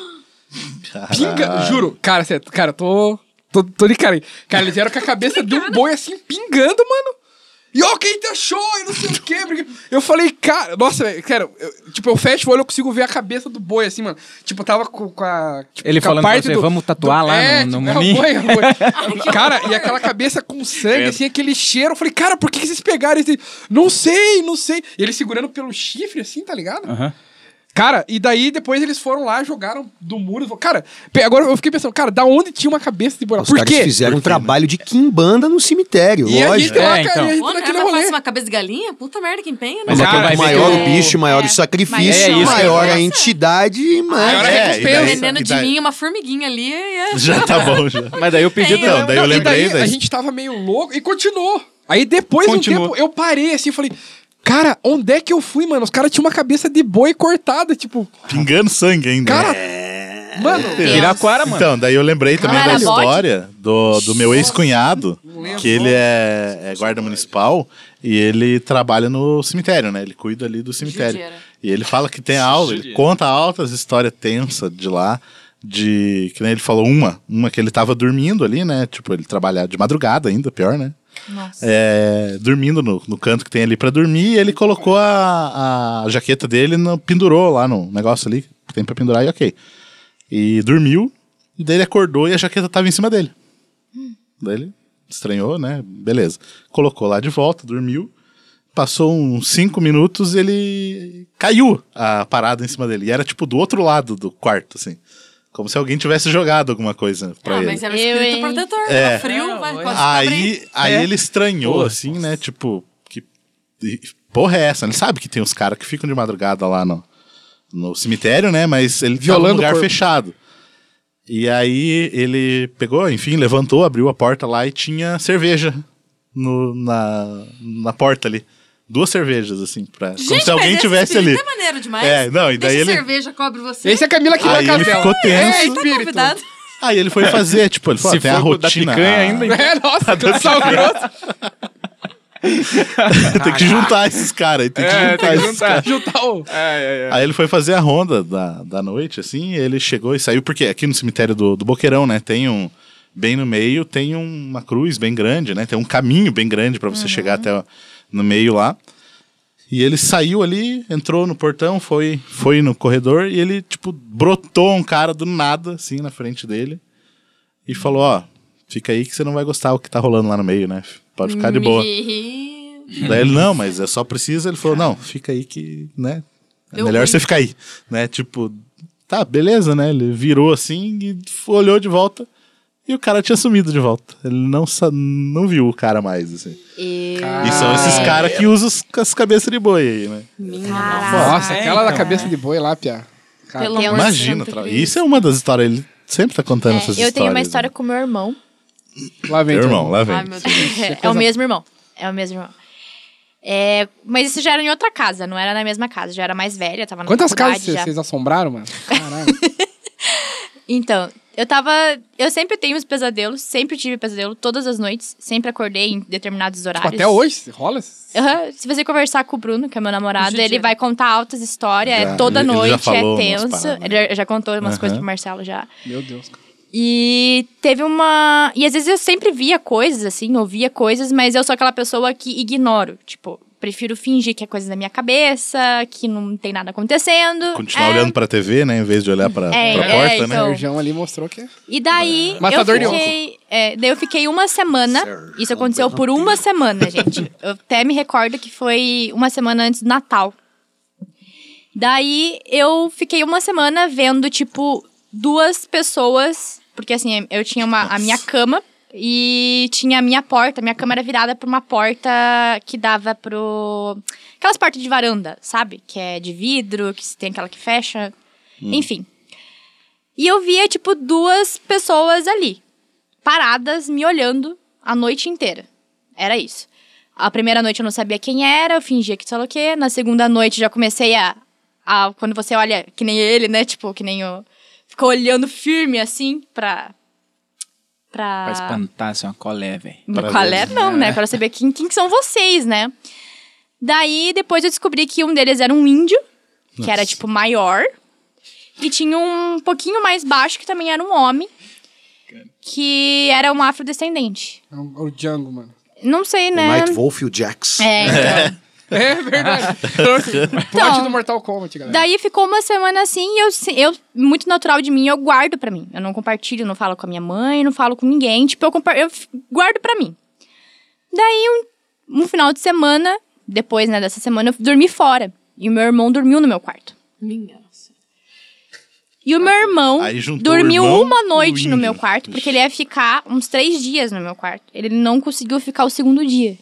Pinga, juro, cara, sério, cara, tô de cara aí. Cara, eles vieram com a cabeça de um boi, assim, pingando, mano. E ó, quem te achou? E não sei o quê. Porque... Eu falei, cara, nossa, velho, cara, eu fecho o olho, eu consigo ver a cabeça do boi, assim, mano. Tipo, eu tava com a. Tipo, Ele com a falando pra parte você, vamos tatuar lá no tipo, Mumi? é o boi. Cara, e aquela cabeça com sangue, assim, aquele cheiro. Eu falei, cara, por que vocês pegaram esse? Não sei. E ele segurando pelo chifre, assim, tá ligado? Aham. Cara, e daí depois eles foram lá, jogaram do muro. Cara, agora eu fiquei pensando, cara, da onde tinha uma cabeça de boi? Os Por caras quê? fizeram um trabalho de quimbanda no cemitério, E a gente lógico. lá, É, cara, então. e a gente Pô, não era naquele mais rolê. fácil uma cabeça de galinha? Puta merda, que empenha, né? Mas Mas é que vai ver maior que o bicho, maior o sacrifício, é isso, maior é. a entidade, Maior a É, recompensa. e daí- Dependendo e de daí- mim, uma formiguinha ali é... Já tá bom, já. Mas daí eu pedi... Tem, Não, daí eu E lembrei daí, a gente tava meio louco e continuou. Aí depois de um Continuou. tempo eu parei assim e falei, cara, onde é que eu fui, mano? Os caras tinham uma cabeça de boi cortada, tipo, Pingando sangue ainda. cara, mano, Piraquara, mano. Então, daí eu lembrei também Não da era bode? história do meu ex-cunhado, lembro. que ele é guarda municipal e ele trabalha no cemitério, né? Ele cuida ali do cemitério. Judiaira. E ele fala que tem aula, ele conta altas histórias tensas de lá, que nem ele falou uma que ele tava dormindo ali, né? Tipo, ele trabalha de madrugada ainda, pior, né? Nossa. Dormindo no canto que tem ali pra dormir, e ele colocou a jaqueta dele, pendurou lá no negócio ali que tem pra pendurar e ok. E dormiu, e daí ele acordou e a jaqueta tava em cima dele. Daí ele estranhou, né? Beleza. Colocou lá de volta, dormiu. Passou uns 5 minutos, ele caiu a parada em cima dele. E era tipo do outro lado do quarto, assim. Como se alguém tivesse jogado alguma coisa pra Ah, ele. mas era o Eu, espírito hein? protetor. É. Tá frio, vai, pode Aí ele estranhou, assim, né? Tipo, que porra é essa? Ele sabe que tem uns caras que ficam de madrugada lá no cemitério, né? Mas ele tava Violando num lugar o corpo. fechado. E aí ele pegou, enfim, levantou, abriu a porta lá e tinha cerveja na porta ali. 2 cervejas, assim, como se alguém mas tivesse esse ali. espírito é maneiro demais. É, não, e daí Deixa a ele. cerveja cobre você. esse é a Camila que Aí vai ele casa dela. ficou tenso. É, Tá espírito. convidado. Aí ele foi fazer, tipo, ele falou, Se tem a for da rotina. picanha ainda, É, nossa, com sal grosso. Tem que juntar esses caras aí, tem que juntar esses caras. Juntar o... Aí ele foi fazer a ronda da noite, assim, e ele chegou e saiu, porque aqui no cemitério do Boqueirão, né, bem no meio, tem uma cruz bem grande, né, tem um caminho bem grande pra você chegar até no meio lá. E ele saiu ali, entrou no portão, foi no corredor, e ele, tipo, brotou um cara do nada, assim, na frente dele, e falou, ó, fica aí que você não vai gostar o que tá rolando lá no meio, né, pode ficar de boa. Daí ele, não, mas é só precisa. Ele falou, não, fica aí que, né, é Deu melhor ruim. você ficar aí, né, tipo, tá, beleza, né, ele virou assim e olhou de volta E o cara tinha sumido de volta. Ele não viu o cara mais, assim. E são esses caras que usam as cabeças de boi aí, né? Nossa, aquela da cabeça de boi lá, Pia. Pelo amor Imagina, de Deus. isso é uma das histórias. Ele sempre tá contando essas histórias. Eu tenho uma história com meu irmão. Lá vem, Irmão, lá vem. Ai, meu Deus. É o mesmo irmão. Mas isso já era em outra casa, não era na mesma casa. Já era mais velha, tava na Quantas faculdade casas já. vocês assombraram, mano? Caralho. Então, eu sempre tenho os pesadelos, sempre tive pesadelo, todas as noites. Sempre acordei em determinados horários. Tipo, até hoje? Rola? Se você conversar com o Bruno, que é meu namorado, Dia a dia. ele vai contar altas histórias. Já. Toda Ele já noite, falou é umas tenso. paradas, né? Ele já contou umas coisas pro Marcelo já. Meu Deus, cara. E teve uma... E às vezes eu sempre via coisas, assim, ouvia coisas, mas eu sou aquela pessoa que ignoro. Tipo, prefiro fingir que é coisa da minha cabeça, que não tem nada acontecendo. Continuar olhando pra TV, né? Em vez de olhar pra porta, né? O Serjão ali mostrou que... E daí, Matador de eu fiquei uma semana. Isso aconteceu por uma semana, gente. Eu até me recordo que foi uma semana antes do Natal. Daí, eu fiquei uma semana vendo, tipo, 2 pessoas... Porque, assim, eu tinha a minha cama e tinha a minha porta. Minha cama era virada pra uma porta que dava pro... Aquelas portas de varanda, sabe? Que é de vidro, que tem aquela que fecha. Enfim. E eu via, tipo, 2 pessoas ali, paradas, me olhando a noite inteira. Era isso. A primeira noite eu não sabia quem era, eu fingia que sei lá o quê. Na segunda noite já comecei a... Quando você olha, que nem ele, né? Tipo, que nem o... Ficou olhando firme, assim, pra espantar, assim, uma colé, velho. Colé não, né? Pra saber quem que são vocês, né? Daí, depois eu descobri que um deles era um índio, que era, tipo, maior. E tinha um pouquinho mais baixo, que também era um homem, que era um afrodescendente. É o Django, mano. Não sei, O né? Night Wolf e o Jax. Então. É verdade. Plot do Mortal Kombat, galera. Daí ficou uma semana assim e eu, muito natural de mim, eu guardo pra mim. Eu não compartilho, não falo com a minha mãe, não falo com ninguém. Tipo, eu guardo pra mim. Daí, um final de semana, depois, né, dessa semana, eu dormi fora. E o meu irmão dormiu no meu quarto. Minha nossa. E o meu irmão Aí juntou dormiu o irmão uma e o noite no índio. meu quarto, porque ele ia ficar uns 3 dias no meu quarto. Ele não conseguiu ficar o segundo dia.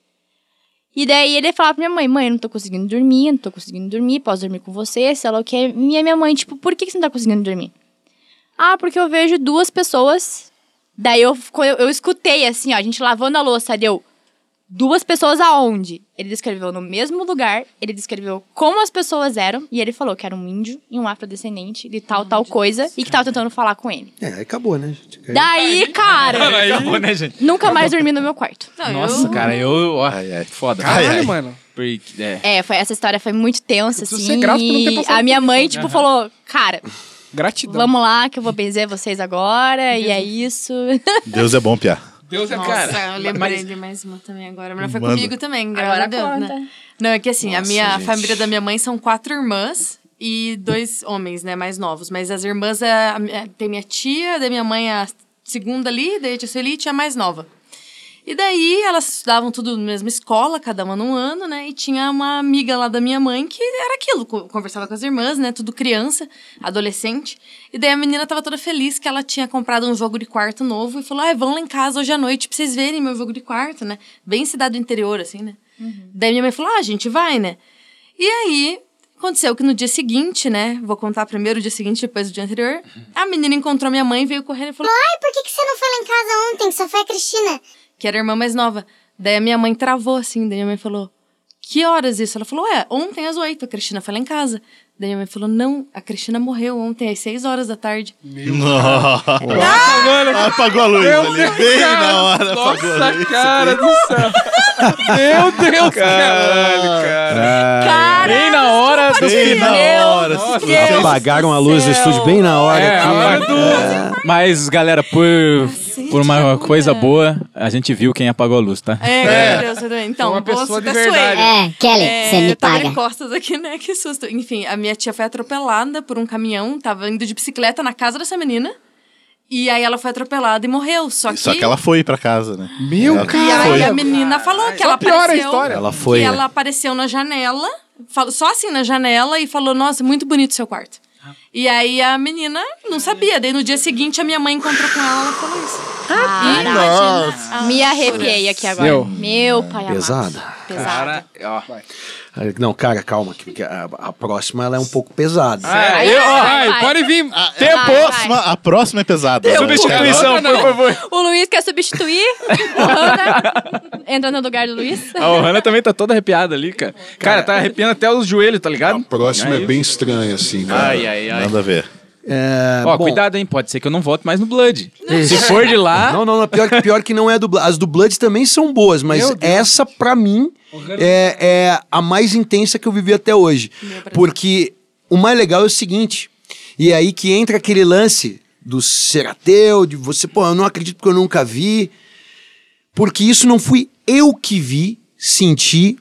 E daí ele falava pra minha mãe, eu não tô conseguindo dormir, posso dormir com você, sei lá o que. E a minha mãe, tipo, por que você não tá conseguindo dormir? Ah, porque eu vejo 2 pessoas. Daí eu escutei assim, ó, a gente lavando a louça, deu 2 pessoas aonde? Ele descreveu no mesmo lugar, ele descreveu como as pessoas eram, e ele falou que era um índio e um afrodescendente de tal coisa, e que tava tentando falar com ele. Aí acabou, né, gente? Daí, cara, Acabou, né, gente? nunca mais dormi no meu quarto. Não, Nossa, cara, foda. Caralho, mano. Porque, Essa história foi muito tensa, Preciso assim. ser grato por não ter passado A minha por mãe, isso. tipo, falou, cara, Gratidão. vamos lá que eu vou benzer vocês agora, e é isso. Deus é bom, Piá. Deus é Nossa, cara. eu lembrei de mais uma também agora. Mas foi Manda. comigo também, graças Agora a Deus, conta. né? Não, é que assim, Nossa, a gente. família da minha mãe são 4 irmãs e 2 homens, né, mais novos. Mas as irmãs, tem minha tia, da minha mãe a segunda ali, daí a tia Sueli, tia mais nova. E daí, elas estudavam tudo na mesma escola, cada uma num ano, né? E tinha uma amiga lá da minha mãe que era aquilo, conversava com as irmãs, né? Tudo criança, adolescente. E daí a menina tava toda feliz que ela tinha comprado um jogo de quarto novo e falou, vão lá em casa hoje à noite pra vocês verem meu jogo de quarto, né? Bem cidade do interior, assim, né? Daí minha mãe falou, a gente vai, né? E aí, aconteceu que no dia seguinte, né? Vou contar primeiro o dia seguinte, depois do dia anterior. A menina encontrou minha mãe, veio correndo e falou... Ai, por que você não foi lá em casa ontem? Só foi a Cristina. Que era a irmã mais nova. Daí a minha mãe travou, assim. Daí minha mãe falou, que horas isso? Ela falou, ontem às 8, a Cristina foi lá em casa. Daí minha mãe falou, não, a Cristina morreu ontem às 6 horas da tarde. Apagou a luz ali, bem na hora. Apagou a Nossa, luz. cara do céu. Meu Deus, Cara, bem na hora do Bem na hora. Nossa, Vocês- Apagaram a luz do estúdio bem na hora. É, aqui. a hora do... Mas, galera, por uma coisa boa, a gente viu quem apagou a luz, tá? Meu Deus, eu também. Então, Uma pessoa de até verdade. suei. Kelly, você me Eu tava paga. de costas aqui, né? Que susto. Enfim, a minha tia foi atropelada por um caminhão. Tava indo de bicicleta na casa dessa menina. E aí ela foi atropelada e morreu. Só que ela foi pra casa, né? Meu Ela E aí foi. a menina falou que Só ela piora a apareceu... história. Ela foi, Que né? ela apareceu na janela, só assim na janela, e falou, nossa, muito bonito o seu quarto. E aí a menina não sabia. Daí no dia seguinte a minha mãe encontrou com ela falou isso. Me arrepiei aqui agora. Meu pai amado. Pesada. Cara, ó. Não, cara, calma, que a próxima ela é um pouco pesada. Vai, pode vir. A próxima é pesada. Substituição, por favor. O Luiz quer substituir o Hanna. Entra no lugar do Luiz. O Hanna também tá toda arrepiada ali, cara. Cara, tá arrepiando até os joelhos, tá ligado? A próxima é bem estranha, assim, cara. Ai. Nada a ver. Ó, cuidado, hein? Pode ser que eu não volte mais no Blood. Se for de lá... Não, pior que não é do Blood. As do Blood também são boas, mas essa, pra mim, é a mais intensa que eu vivi até hoje. Porque o mais legal é o seguinte, e é aí que entra aquele lance do ser ateu, de você, eu não acredito porque eu nunca vi, porque isso não fui eu que vi, senti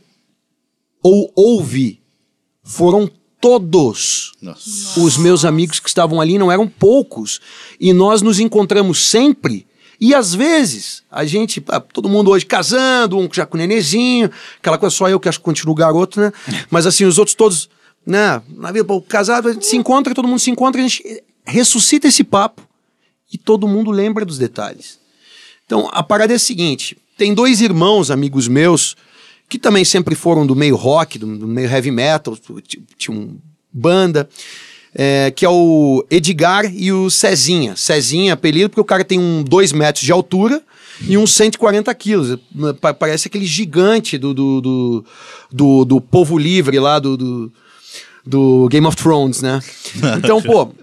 ou ouvi. Foram todos os meus amigos que estavam ali, não eram poucos, e nós nos encontramos sempre, e às vezes, a gente, todo mundo hoje casando, um já com nenenzinho, aquela coisa, só eu que acho que continuo garoto, né? Mas assim, os outros todos, né, na vida, casado, a gente se encontra, todo mundo se encontra, a gente ressuscita esse papo, e todo mundo lembra dos detalhes. Então, a parada é a seguinte, tem 2 irmãos, amigos meus, que também sempre foram do meio rock, do meio heavy metal, tinham banda, que é o Edgar e o Cezinha. Cezinha, apelido, porque o cara tem 2 metros de altura e uns 140 quilos. Parece aquele gigante do povo livre lá do Game of Thrones, né? Então,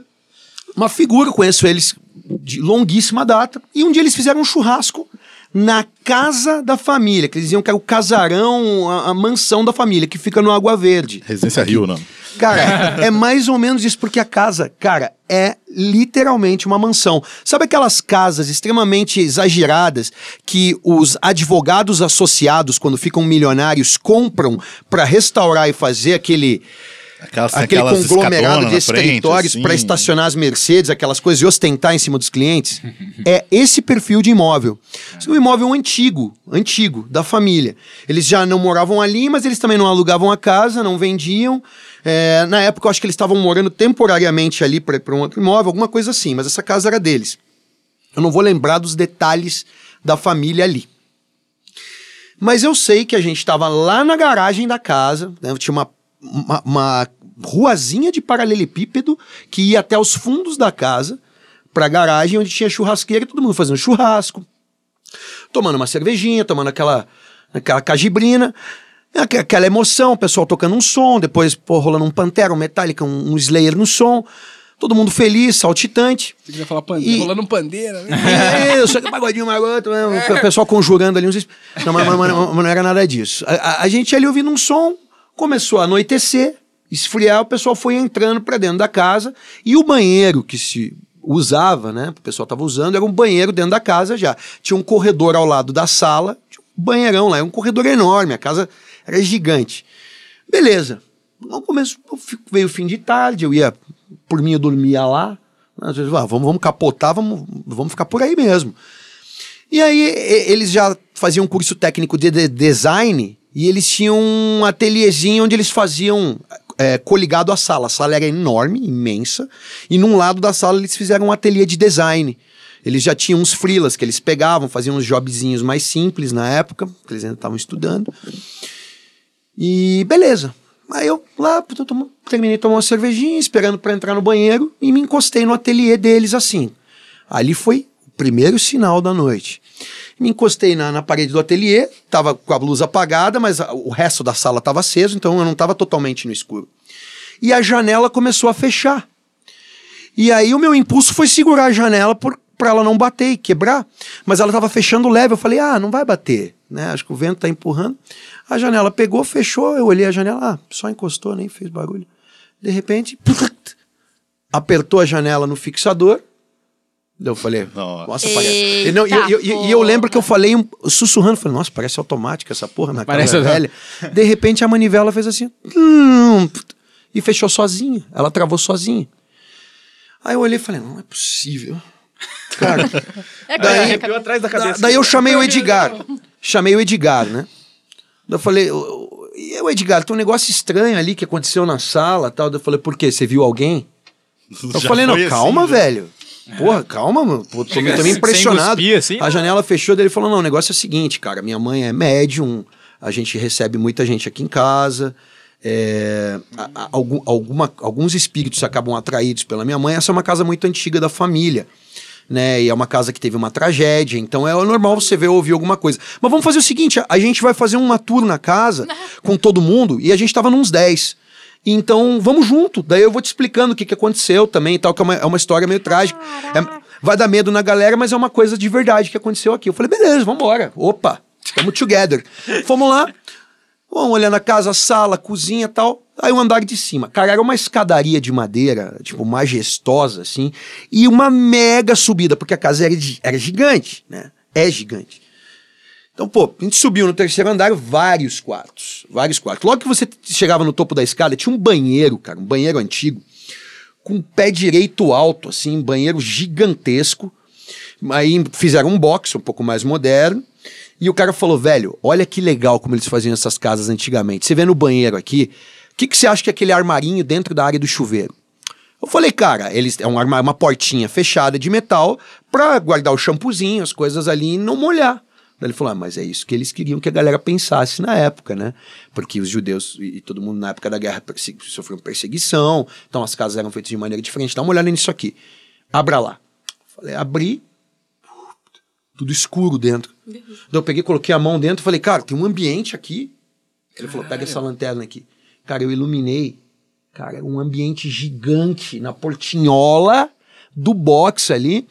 uma figura, conheço eles de longuíssima data, e um dia eles fizeram um churrasco na casa da família, que eles diziam que era o casarão, a mansão da família, que fica no Água Verde. Residência Rio, não. Cara, é mais ou menos isso, porque a casa, cara, é literalmente uma mansão. Sabe aquelas casas extremamente exageradas que os advogados associados, quando ficam milionários, compram para restaurar e fazer aquele conglomerado de territórios para estacionar as Mercedes, aquelas coisas, e ostentar em cima dos clientes? É esse perfil de imóvel. Isso é um imóvel antigo, da família. Eles já não moravam ali, mas eles também não alugavam a casa, não vendiam. Na época, eu acho que eles estavam morando temporariamente ali para um outro imóvel, alguma coisa assim, mas essa casa era deles. Eu não vou lembrar dos detalhes da família ali. Mas eu sei que a gente estava lá na garagem da casa, né, tinha uma ruazinha de paralelepípedo que ia até os fundos da casa, pra garagem onde tinha churrasqueira, e todo mundo fazendo churrasco, tomando uma cervejinha, tomando aquela cajibrina, aquela emoção, o pessoal tocando um som, depois rolando um Pantera, um Metallica, um Slayer no som, todo mundo feliz, saltitante. Você queria falar pandeira, rolando um pandeira, né? Isso, aquele pagodinho maroto, o pessoal conjurando ali, não, mas não era nada disso. A gente ali ouvindo um som, começou a anoitecer, esfriar, o pessoal foi entrando para dentro da casa, e o banheiro que se usava, né, o pessoal estava usando, era um banheiro dentro da casa já. Tinha um corredor ao lado da sala, tinha um banheirão lá, era um corredor enorme, a casa era gigante. Beleza. No começo, veio o fim de tarde, por mim eu dormia lá, às vezes, vamos capotar, vamos ficar por aí mesmo. E aí eles já faziam um curso técnico de design, e eles tinham um ateliêzinho onde eles faziam coligado à sala. A sala era enorme, imensa, e num lado da sala eles fizeram um ateliê de design. Eles já tinham uns freelas que eles pegavam, faziam uns jobzinhos mais simples na época, que eles ainda estavam estudando. E beleza. Aí eu lá terminei de tomar uma cervejinha, esperando para entrar no banheiro, e me encostei no ateliê deles assim. Ali foi o primeiro sinal da noite. Me encostei na parede do ateliê, tava com a luz apagada, mas o resto da sala estava aceso, então eu não estava totalmente no escuro. E a janela começou a fechar. E aí o meu impulso foi segurar a janela para ela não bater e quebrar, mas ela estava fechando leve. Eu falei, não vai bater, né? Acho que o vento está empurrando. A janela pegou, fechou, eu olhei a janela, só encostou, nem fez barulho. De repente, apertou a janela no fixador. Eu falei, nossa, parece. E eu lembro que eu falei sussurrando, falei, nossa, parece automática essa porra na casa velha. De repente a manivela fez assim, e fechou sozinha. Ela travou sozinha. Aí eu olhei e falei, não é possível. Cara, arrepiou atrás da cabeça. Daí eu chamei o Edgar. Né? Eu falei, o Edgar, tem um negócio estranho ali que aconteceu na sala, tal. Eu falei, por quê? Você viu alguém? Eu falei, não, calma, assim, velho. Porra, calma, mano. Pô, tô meio impressionado. Sem cuspir, assim? A janela fechou, daí ele falou, não, o negócio é o seguinte, cara, minha mãe é médium, a gente recebe muita gente aqui em casa, alguns espíritos acabam atraídos pela minha mãe, essa é uma casa muito antiga da família, né, e é uma casa que teve uma tragédia, então é normal você ver ou ouvir alguma coisa. Mas vamos fazer o seguinte, a gente vai fazer uma tour na casa com todo mundo, e a gente tava nos 10. Então, vamos junto. Daí eu vou te explicando o que aconteceu também e tal, que é uma história meio trágica. Vai dar medo na galera, mas é uma coisa de verdade que aconteceu aqui. Eu falei, beleza, vambora. Opa, estamos together. Fomos lá, vamos olhar na casa, sala, cozinha e tal. Aí o andar de cima. Cara, era uma escadaria de madeira, tipo, majestosa, assim, e uma mega subida, porque a casa era gigante, né? É gigante. Então, pô, a gente subiu no terceiro andar, vários quartos. Logo que você chegava no topo da escada, tinha um banheiro, cara, um banheiro antigo, com o pé direito alto, assim, banheiro gigantesco. Aí fizeram um box um pouco mais moderno, e o cara falou, velho, olha que legal como eles faziam essas casas antigamente. Você vê no banheiro aqui, o que você acha que é aquele armarinho dentro da área do chuveiro? Eu falei, cara, é uma portinha fechada de metal pra guardar o shampoozinho, as coisas ali e não molhar. Ele falou, mas é isso que eles queriam que a galera pensasse na época, né? Porque os judeus e todo mundo na época da guerra sofriam perseguição, então as casas eram feitas de maneira diferente. Dá uma olhada nisso aqui. Abra lá. Falei, abri, tudo escuro dentro. Daí eu peguei, coloquei a mão dentro e falei, cara, tem um ambiente aqui. Ele falou, pega essa lanterna aqui. Cara, eu iluminei. Cara, era um ambiente gigante na portinhola do box ali,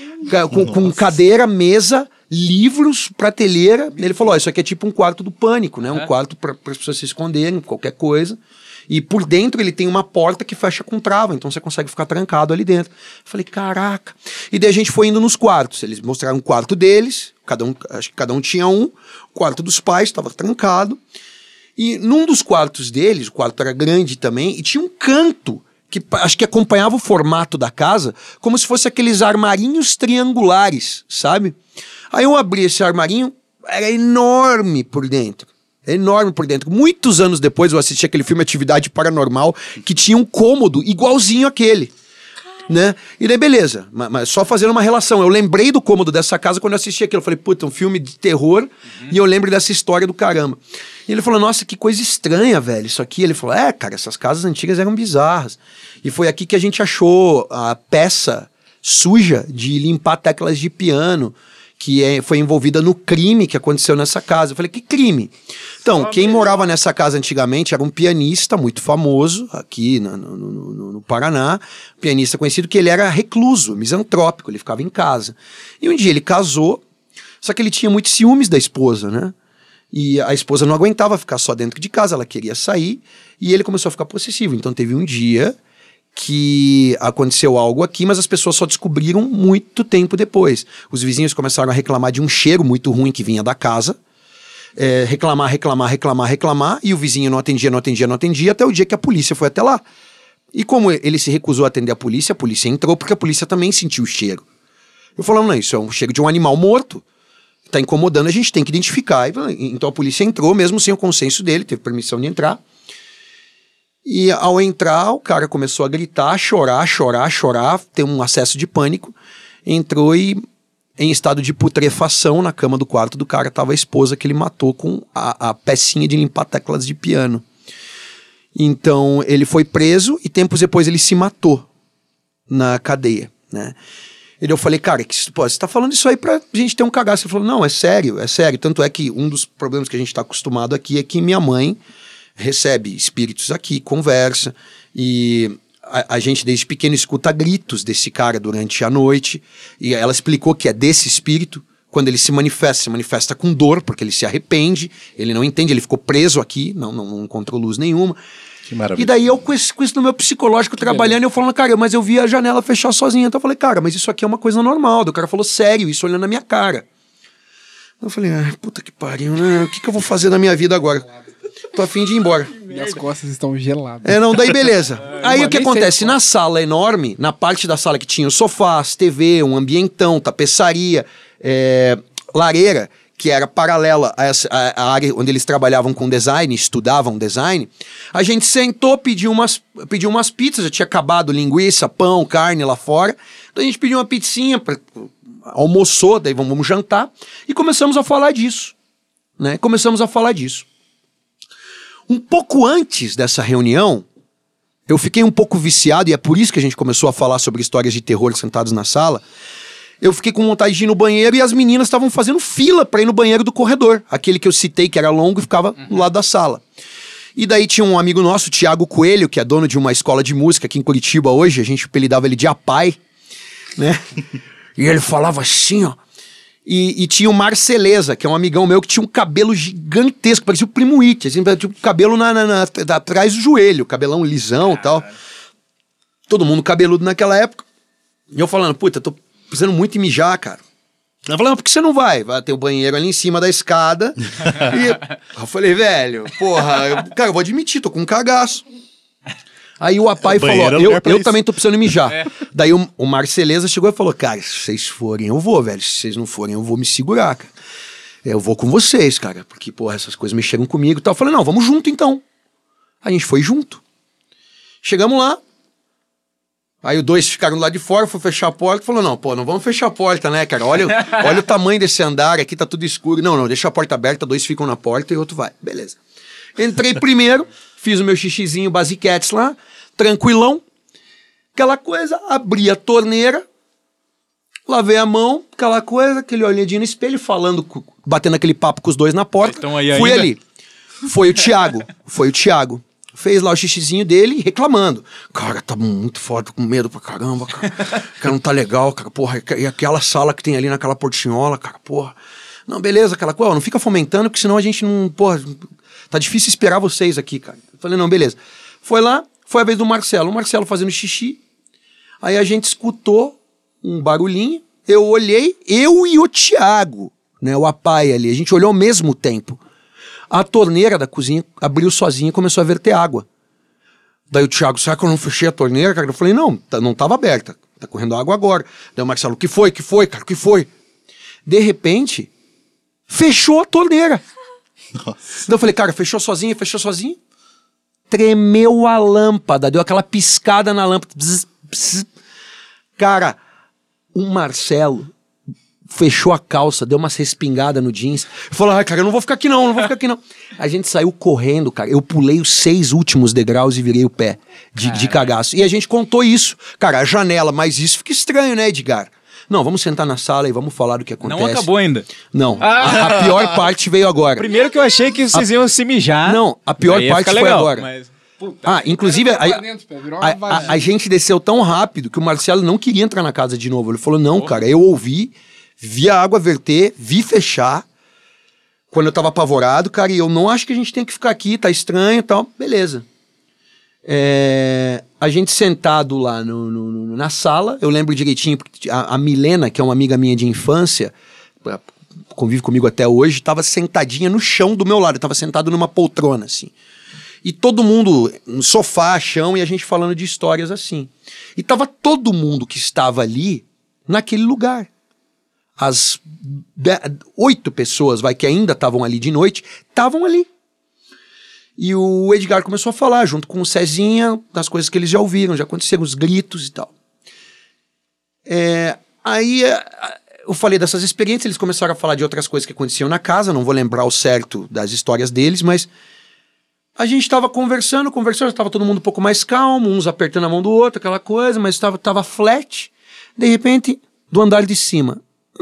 com cadeira, mesa, livros, prateleira. Ele falou, isso aqui é tipo um quarto do pânico, né? Um quarto para as pessoas se esconderem, qualquer coisa. E por dentro ele tem uma porta que fecha com trava, então você consegue ficar trancado ali dentro. Falei, caraca. E daí a gente foi indo nos quartos. Eles mostraram o quarto deles, acho que cada um tinha um. O quarto dos pais estava trancado. E num dos quartos deles, o quarto era grande também, e tinha um canto que acho que acompanhava o formato da casa, como se fosse aqueles armarinhos triangulares, sabe? Aí eu abri esse armarinho, era enorme por dentro. Enorme por dentro. Muitos anos depois eu assisti aquele filme Atividade Paranormal, que tinha um cômodo igualzinho àquele. Né? E daí beleza, mas só fazendo uma relação. Eu lembrei do cômodo dessa casa quando eu assisti aquilo. Eu falei, puta, um filme de terror, e eu lembro dessa história do caramba. E ele falou, nossa, que coisa estranha, velho, isso aqui. Ele falou, cara, essas casas antigas eram bizarras. E foi aqui que a gente achou a peça suja de limpar teclas de piano, que foi envolvida no crime que aconteceu nessa casa. Eu falei, que crime? Então, quem morava nessa casa antigamente era um pianista muito famoso aqui no Paraná, um pianista conhecido, que ele era recluso, misantrópico, ele ficava em casa. E um dia ele casou, só que ele tinha muitos ciúmes da esposa, né? E a esposa não aguentava ficar só dentro de casa, ela queria sair, e ele começou a ficar possessivo. Então teve um dia que aconteceu algo aqui, mas as pessoas só descobriram muito tempo depois. Os vizinhos começaram a reclamar de um cheiro muito ruim que vinha da casa, reclamar, e o vizinho não atendia, até o dia que a polícia foi até lá. E como ele se recusou a atender a polícia entrou, porque a polícia também sentiu o cheiro. Eu falei, não, isso é um cheiro de um animal morto, tá incomodando, a gente tem que identificar. Então a polícia entrou, mesmo sem o consenso dele, teve permissão de entrar. E ao entrar, o cara começou a gritar, chorar, ter um acesso de pânico. Entrou e, em estado de putrefação, na cama do quarto do cara estava a esposa que ele matou com a pecinha de limpar teclas de piano. Então ele foi preso e tempos depois ele se matou na cadeia, né? E eu falei, cara, você tá falando isso aí pra gente ter um cagaço. Ele falou, não, é sério. Tanto é que um dos problemas que a gente tá acostumado aqui é que minha mãe recebe espíritos aqui, conversa, e a gente desde pequeno escuta gritos desse cara durante a noite, e ela explicou que é desse espírito. Quando ele se manifesta com dor, porque ele se arrepende, ele não entende, ele ficou preso aqui, não encontrou luz nenhuma. Que maravilha. E daí eu com isso no meu psicológico trabalhando, eu falando, cara, mas eu vi a janela fechar sozinha. Então eu falei, cara, mas isso aqui é uma coisa normal. O cara falou, sério, isso olhando na minha cara. Eu falei, puta que pariu, né? O que eu vou fazer na minha vida agora? Tô a fim de ir embora. Minhas costas estão geladas. Daí beleza. Aí o que acontece? Na sala enorme, na parte da sala que tinha os sofás, TV, um ambientão, tapeçaria, lareira, que era paralela a área onde eles trabalhavam com design, estudavam design, a gente sentou, pediu umas pizzas, já tinha acabado linguiça, pão, carne lá fora, então a gente pediu uma pizzinha, almoçou, daí vamos jantar, e começamos a falar disso, né? Um pouco antes dessa reunião, eu fiquei um pouco viciado, e é por isso que a gente começou a falar sobre histórias de terror sentados na sala. Eu fiquei com vontade de ir no banheiro e as meninas estavam fazendo fila para ir no banheiro do corredor. Aquele que eu citei, que era longo e ficava do lado da sala. E daí tinha um amigo nosso, Thiago Coelho, que é dono de uma escola de música aqui em Curitiba hoje. A gente apelidava ele de Apai, né? E ele falava assim, ó. E tinha o Marceleza, que é um amigão meu que tinha um cabelo gigantesco, parecia o Primo It, assim, tinha um cabelo atrás do joelho, cabelão lisão e tal. Todo mundo cabeludo naquela época. E eu falando, puta, tô precisando muito mijar, cara. Ela falou, por que você não vai? Vai ter o banheiro ali em cima da escada. E eu falei, velho, porra, cara, eu vou admitir, tô com um cagaço. Aí o Apai falou, eu também tô precisando mijar. Daí o Marceleza chegou e falou, cara, se vocês forem, eu vou, velho. Se vocês não forem, eu vou me segurar, cara. Eu vou com vocês, cara. Porque, porra, essas coisas mexeram comigo e tal. Eu falei, não, vamos junto então. A gente foi junto. Chegamos lá. Aí os dois ficaram lá de fora, foi fechar a porta. Falou, não, pô, não vamos fechar a porta, né, cara? Olha o tamanho desse andar, aqui tá tudo escuro. Não, deixa a porta aberta, dois ficam na porta e o outro vai. Beleza. Entrei primeiro, fiz o meu xixizinho basiquetes lá, tranquilão. Aquela coisa, abri a torneira, lavei a mão, aquela coisa, aquele olhadinho no espelho, falando, batendo aquele papo com os dois na porta. Então aí fui ainda? Ali. Foi o Thiago. Fez lá o xixizinho dele, reclamando. Cara, tá muito foda, com medo pra caramba, cara. Cara, não tá legal, cara, porra. E aquela sala que tem ali naquela portinhola, cara, porra. Não, beleza, aquela coisa, não fica fomentando, porque senão a gente não, porra, tá difícil esperar vocês aqui, cara. Eu falei, não, beleza. Foi lá, foi a vez do Marcelo. O Marcelo fazendo xixi. Aí a gente escutou um barulhinho. Eu olhei, eu e o Thiago, né, o Apai ali. A gente olhou ao mesmo tempo. A torneira da cozinha abriu sozinha e começou a verter água. Daí o Thiago, será que eu não fechei a torneira, cara? Eu falei, não, não tava aberta. Tá correndo água agora. Daí o Marcelo, o que foi, cara? O que foi? De repente, fechou a torneira. Nossa. Daí eu falei, cara, fechou sozinha. Tremeu a lâmpada, deu aquela piscada na lâmpada. Bzz, bzz. Cara, o Marcelo fechou a calça, deu umas respingadas no jeans. Falou, cara, eu não vou ficar aqui não. A gente saiu correndo, cara. Eu pulei os 6 últimos degraus e virei o pé de cagaço. E a gente contou isso. Cara, a janela, mas isso fica estranho, né, Edgar? Não, vamos sentar na sala e vamos falar do que acontece. Não acabou ainda. Não, a pior parte veio agora. Primeiro que eu achei que vocês iam se mijar. Não, a pior parte foi legal, agora. Mas... inclusive, a gente desceu tão rápido que o Marcelo não queria entrar na casa de novo. Ele falou, não, cara, eu ouvi, vi a água verter, vi fechar, quando eu tava apavorado, cara, e eu não acho que a gente tem que ficar aqui, tá estranho e tal. Beleza. A gente sentado lá na sala, eu lembro direitinho, porque a Milena, que é uma amiga minha de infância, convive comigo até hoje, tava sentadinha no chão do meu lado, eu tava sentado numa poltrona, assim. E todo mundo no sofá, chão, e a gente falando de histórias assim. E tava todo mundo que estava ali naquele lugar. As 8 pessoas, que ainda estavam ali de noite, estavam ali. E o Edgar começou a falar, junto com o Cezinha, das coisas que eles já ouviram, já aconteceram os gritos e tal. Aí eu falei dessas experiências, eles começaram a falar de outras coisas que aconteciam na casa, não vou lembrar o certo das histórias deles, mas a gente estava conversando, estava todo mundo um pouco mais calmo, uns apertando a mão do outro, aquela coisa, mas estava flat. De repente, do andar de cima,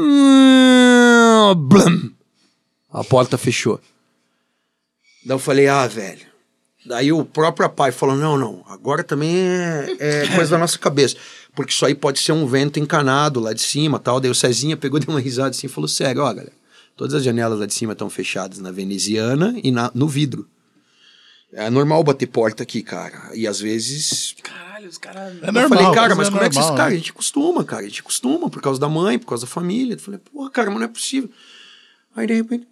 blum, a porta fechou. Daí eu falei, velho. Daí o próprio pai falou, não, agora também é coisa da nossa cabeça. Porque isso aí pode ser um vento encanado lá de cima, tal. Daí o Cezinha pegou, deu uma risada assim e falou, sério, galera, todas as janelas lá de cima estão fechadas na veneziana e no vidro. É normal bater porta aqui, cara. E às vezes... Caralho, os caras... Eu falei, cara, mas como é que vocês... Cara, a gente costuma, por causa da mãe, por causa da família. Eu falei, porra, cara, mas não é possível. Aí, de repente...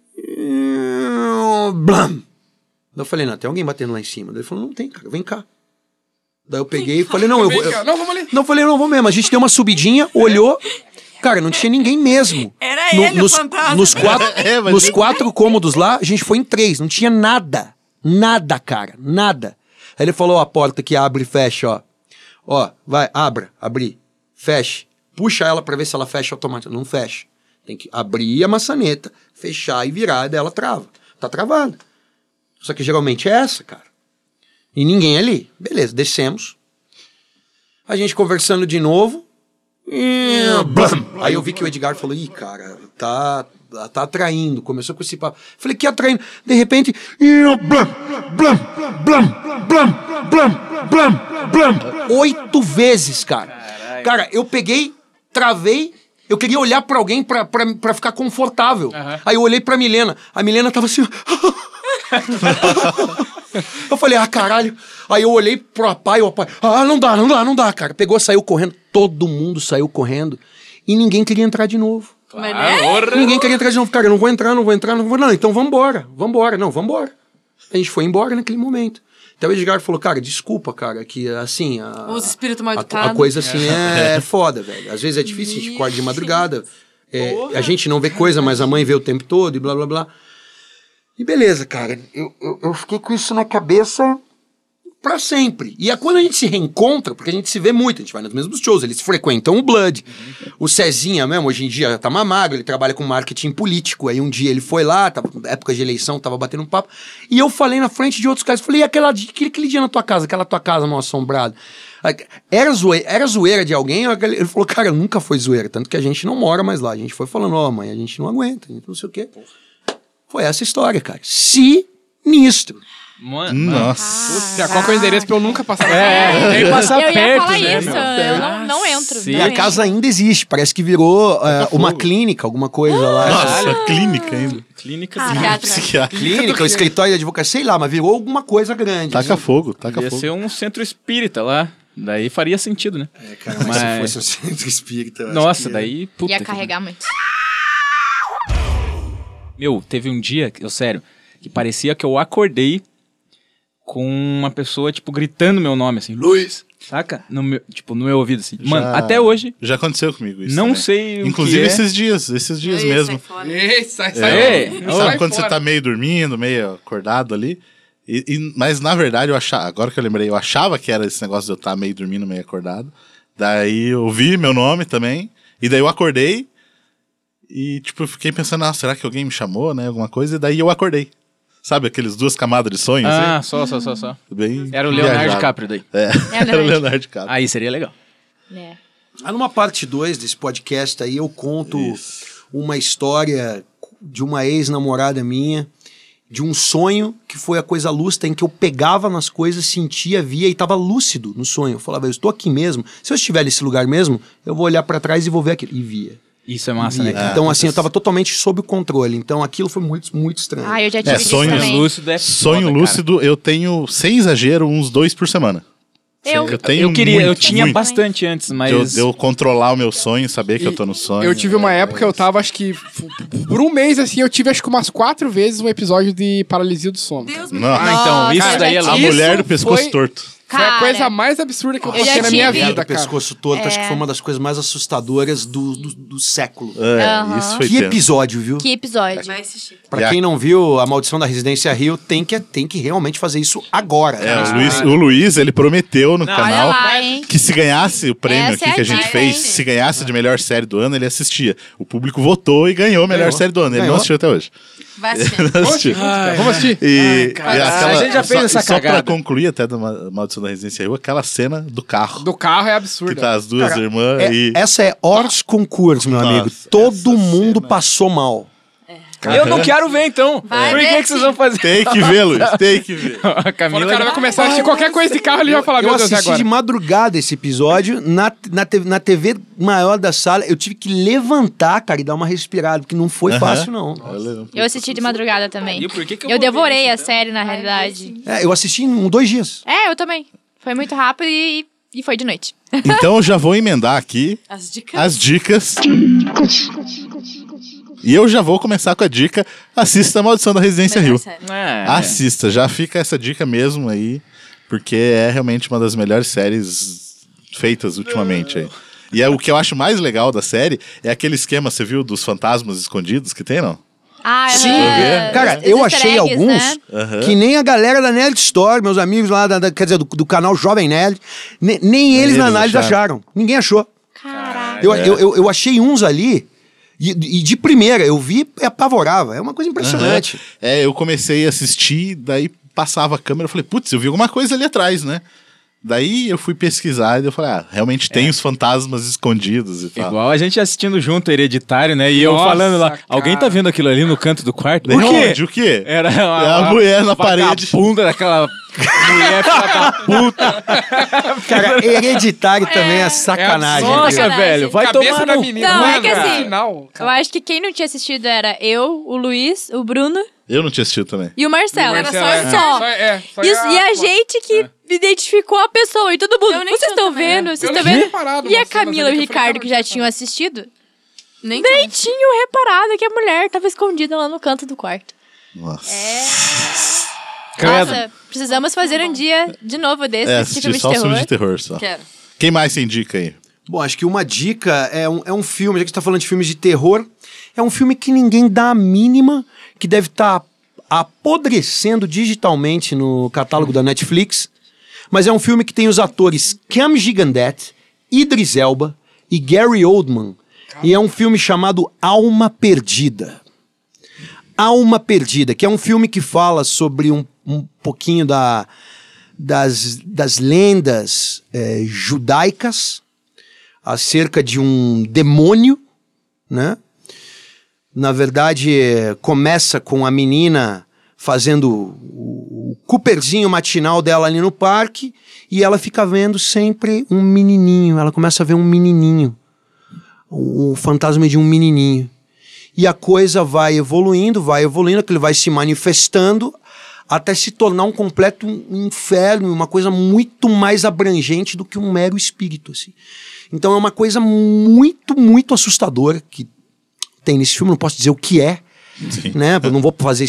Blam! Daí eu falei, não, tem alguém batendo lá em cima. Daí ele falou, não tem, cara, vem cá. Daí eu peguei e falei, não, eu vou... Não, vamos ali. Não, falei, não, vamos mesmo. A gente deu uma subidinha, olhou, Cara, não tinha ninguém mesmo. Era ele, o fantasma. Nos 4 cômodos lá, a gente foi em 3. Não tinha nada. Nada, cara. Nada. Aí ele falou, ó, a porta que abre e fecha, ó. Ó, vai, abrir, feche. Puxa ela pra ver se ela fecha automaticamente. Não fecha. Tem que abrir a maçaneta, fechar e virar, e daí ela trava. Tá travada. Só que geralmente é essa, cara. E ninguém ali. Beleza, descemos. A gente conversando de novo. Aí eu vi que o Edgar falou, ih, cara, tá atraindo. Começou com esse papo. Falei, que atraindo? De repente... 8 vezes, cara. Caralho. Cara, eu peguei, travei, eu queria olhar pra alguém pra ficar confortável. Aí eu olhei pra Milena. A Milena tava assim... Eu falei, caralho. Aí eu olhei pro pai, o pai, não dá, cara. Pegou, saiu correndo, todo mundo saiu correndo e ninguém queria entrar de novo. Ninguém queria entrar de novo. Cara, eu não vou entrar. Não, então vambora. Não, vambora. A gente foi embora naquele momento. Até o Edgar falou, cara, desculpa, cara, que assim... Os espíritos mal educados. A coisa assim é foda, velho. Às vezes é difícil, a gente acorda de madrugada. A gente não vê coisa, mas a mãe vê o tempo todo e blá, blá, blá. E beleza, cara, eu fiquei com isso na cabeça pra sempre. E é quando a gente se reencontra, porque a gente se vê muito, a gente vai nos mesmos shows, eles frequentam o Blood. O Cezinha mesmo, hoje em dia, tá mamagro, ele trabalha com marketing político. Aí um dia ele foi lá, tava, época de eleição, tava batendo um papo. E eu falei na frente de outros caras, falei, e aquele dia na tua casa, aquela tua casa mal assombrada? Era zoeira de alguém? Ele falou, cara, nunca foi zoeira, tanto que a gente não mora mais lá. A gente foi falando, mãe, a gente não aguenta, a gente não sei o quê. Foi essa história, cara. Sinistro. Mano. Nossa. Qual que é o endereço pra eu nunca passar? Nem passar eu perto, ia falar né? isso. Eu não entro. Sim. E a casa ainda existe. Parece que virou uma clínica, alguma coisa lá. Nossa, clínica ainda. Clínica Psiquiátrica. Clínica, o escritório de advocacia, sei lá, mas virou alguma coisa grande. Taca fogo. Ia ser um centro espírita lá. Daí faria sentido, né? Cara, mas se fosse um centro espírita... Nossa, daí... Puta Ia que... carregar muito. Meu, teve um dia, sério, que parecia que eu acordei com uma pessoa, tipo, gritando meu nome, assim, Luiz, saca? No meu ouvido, assim. Mano, até hoje... Já aconteceu comigo isso Não também. sei o Inclusive que é. esses dias mesmo. Sai Sabe quando você tá meio dormindo, meio acordado ali? Mas na verdade, agora que eu lembrei, eu achava que era esse negócio de eu estar meio dormindo, meio acordado. Daí eu vi meu nome também, e daí eu acordei, e tipo, eu fiquei pensando, será que alguém me chamou, né, alguma coisa? E daí eu acordei. Sabe, aqueles 2 camadas de sonho, assim? Só. Bem Era o Leonardo viajado. DiCaprio daí. Era o Leonardo DiCaprio. Aí seria legal. É. Numa parte 2 desse podcast aí, eu conto uma história de uma ex-namorada minha, de um sonho que foi a coisa lúcida, em que eu pegava nas coisas, sentia, via e tava lúcido no sonho. Eu falava, eu estou aqui mesmo. Se eu estiver nesse lugar mesmo, eu vou olhar pra trás e vou ver aquilo. E via. Isso é massa, né? Então, assim, eu tava totalmente sob o controle. Então, aquilo foi muito, muito estranho. Eu já tive isso sonhos também. Lúcido é Sonho foda, lúcido, eu tenho, sem exagero, uns 2 por semana. Eu tinha bastante antes, mas... De eu controlar o meu sonho, saber que eu tô no sonho. Eu tive uma época, eu tava, acho que... Por um mês, assim, eu tive, acho que umas 4 vezes um episódio de paralisia do sono. Deus me Não. então, isso Cara, daí é A louco. mulher do pescoço foi- torto. Foi a Cara, coisa mais absurda que eu eu já passei na minha tive- vida, do cara. pescoço torto, acho que foi uma das coisas mais assustadoras do século. Isso foi Que tenso. episódio, viu? Que episódio. Vai assistir. Pra quem não viu A Maldição da Residência Rio, tem que realmente fazer isso agora. O Luiz, ele prometeu no Olha canal lá, hein? que se ganhasse o prêmio Essa aqui é que a a gente dica, fez, hein? se ganhasse de melhor série do ano, ele assistia. O público votou e ganhou a melhor Ganhou. série do ano. Ele não Ganhou. assistiu até hoje. Vai assistir. Não assistiu. Vamos assistir. E a gente já fez essa só cagada. pra concluir até da Maldição da Residência Rio, aquela cena do carro. Do carro é Que absurdo. tá as duas irmãs e... Essa é hors concurso, meu amigo. Nossa, Todo mundo passou mal. Eu não quero ver, então. Vai Por ver, que vocês vão fazer? Tem que ver, Luiz, tem que ver. A Quando Camila... o cara vai começar a assistir qualquer coisa de carro, ele vai falar, Eu meu Deus, e assisti agora? de madrugada esse episódio na TV maior da sala. Eu tive que levantar, cara, e dar uma respirada, porque não foi fácil, não. Eu assisti de madrugada também. E por que que eu Eu vou ver devorei isso, a então? série, na realidade. Eu assisti em 2 dias. Eu também. Foi muito rápido e foi de noite. Então eu já vou emendar aqui As dicas. as dicas. E eu já vou começar com a dica: assista a Maldição da Residência Melhor Rio. série. Assista, já fica essa dica mesmo aí, porque é realmente uma das melhores séries feitas ultimamente aí. E o que eu acho mais legal da série é aquele esquema, você viu, dos fantasmas escondidos que tem, não? Ah, Sim, é. cara, Os eu easter achei eggs, alguns né? que nem a galera da Nerd Store, meus amigos lá, quer dizer, do canal Jovem Nerd, nem eles na análise acharam. Ninguém achou. Caraca. Eu achei uns ali, e de primeira, eu vi e apavorava. É uma coisa impressionante. Eu comecei a assistir, daí passava a câmera, eu falei, putz, eu vi alguma coisa ali atrás, né? Daí eu fui pesquisar e eu falei, realmente tem os fantasmas escondidos e tal. Igual a gente assistindo junto Hereditário, né? E eu Nossa, falando lá, cara. alguém tá vendo aquilo ali no canto do quarto? Daí, onde? O quê? Era a mulher na parede. Bunda daquela mulher filha da puta. Cara, Hereditário também é sacanagem. Nossa, Sacanagem. velho, vai Cabeça tomar da no... menina. Não, é mano, que assim, final, Eu acho que quem não tinha assistido era eu, o Luiz, o Bruno Eu não tinha assistido também. e o Marcelo. Era Marcelo, só Só. E a gente que identificou a pessoa e todo mundo. Eu nem Vocês estão tinha também, vendo? né? Vocês Eu estão nem vendo? tinha reparado, E a mas Camila e ali o que eu falei, Ricardo, que já cara, tinham assistido, Nem nem tinham reparado que a mulher tava escondida lá no canto do quarto. Nossa. Nossa, precisamos fazer um dia de novo desse, assistir Assisti filme de só os filmes de terror. terror só. Quero. Quem mais você indica aí? Bom, acho que uma dica é um filme, já que você tá falando de filmes de terror, é um filme que ninguém dá a mínima, que deve estar apodrecendo digitalmente no catálogo da Netflix, mas é um filme que tem os atores Cam Gigandet, Idris Elba e Gary Oldman, e é um filme chamado Alma Perdida. Alma Perdida, que é um filme que fala sobre um pouquinho das lendas judaicas acerca de um demônio, né? Na verdade, começa com a menina fazendo o Cooperzinho matinal dela ali no parque e ela fica vendo sempre um menininho. Ela começa a ver um menininho, o fantasma de um menininho. E a coisa vai evoluindo, aquilo vai se manifestando até se tornar um completo inferno, uma coisa muito mais abrangente do que um mero espírito, assim. Então é uma coisa muito, muito assustadora que tem nesse filme, não posso dizer o que é, né? Eu não vou fazer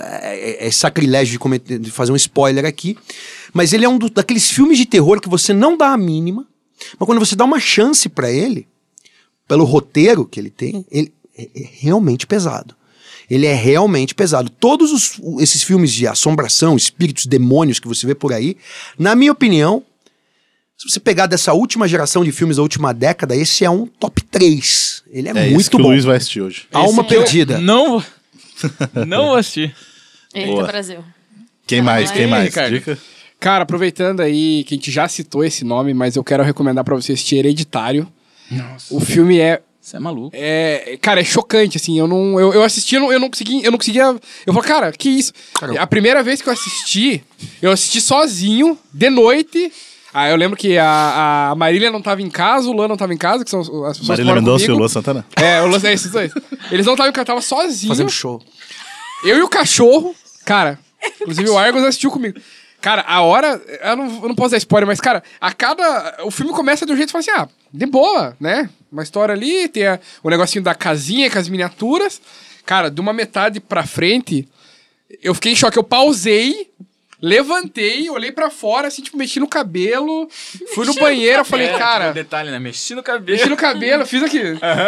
sacrilégio de fazer um spoiler aqui, mas ele é um daqueles filmes de terror que você não dá a mínima, mas quando você dá uma chance pra ele, pelo roteiro que ele tem, ele é realmente pesado. Ele é realmente pesado. Todos esses filmes de assombração, espíritos, demônios que você vê por aí, na minha opinião, se você pegar dessa última geração de filmes da última década, esse é um top 3. Ele é muito esse que bom. o Luiz vai assistir hoje. Alma Perdida. Não vou assistir. Eita, Boa. Brasil. Quem mais? Quem mais? Ricardo. Dica? Cara, aproveitando aí que a gente já citou esse nome, mas eu quero recomendar pra você assistir Hereditário. Nossa. O filme Você é maluco. cara, é chocante, assim, eu assisti, eu não conseguia, eu falei, cara, que isso? Caramba. A primeira vez que eu assisti sozinho, de noite. Eu lembro que a Marília não tava em casa, o Luan não tava em casa, que são as pessoas que Marília moram Mendonça e o comigo. Luan Santana? O Luan, esses dois. Eles não estavam em casa, tava sozinho. Fazendo show. Eu e o cachorro, cara, inclusive o Argos assistiu comigo. Cara, a hora, eu não posso dar spoiler, mas, cara, o filme começa de um jeito que você fala assim, de boa, né? Uma história ali, tem o negocinho da casinha com as miniaturas. Cara, de uma metade pra frente, eu fiquei em choque. Eu pausei, levantei, olhei pra fora, assim, tipo, mexi no cabelo, fui no banheiro, eu falei, cara... detalhe, né? Mexi no cabelo. Mexi no cabelo, fiz aqui.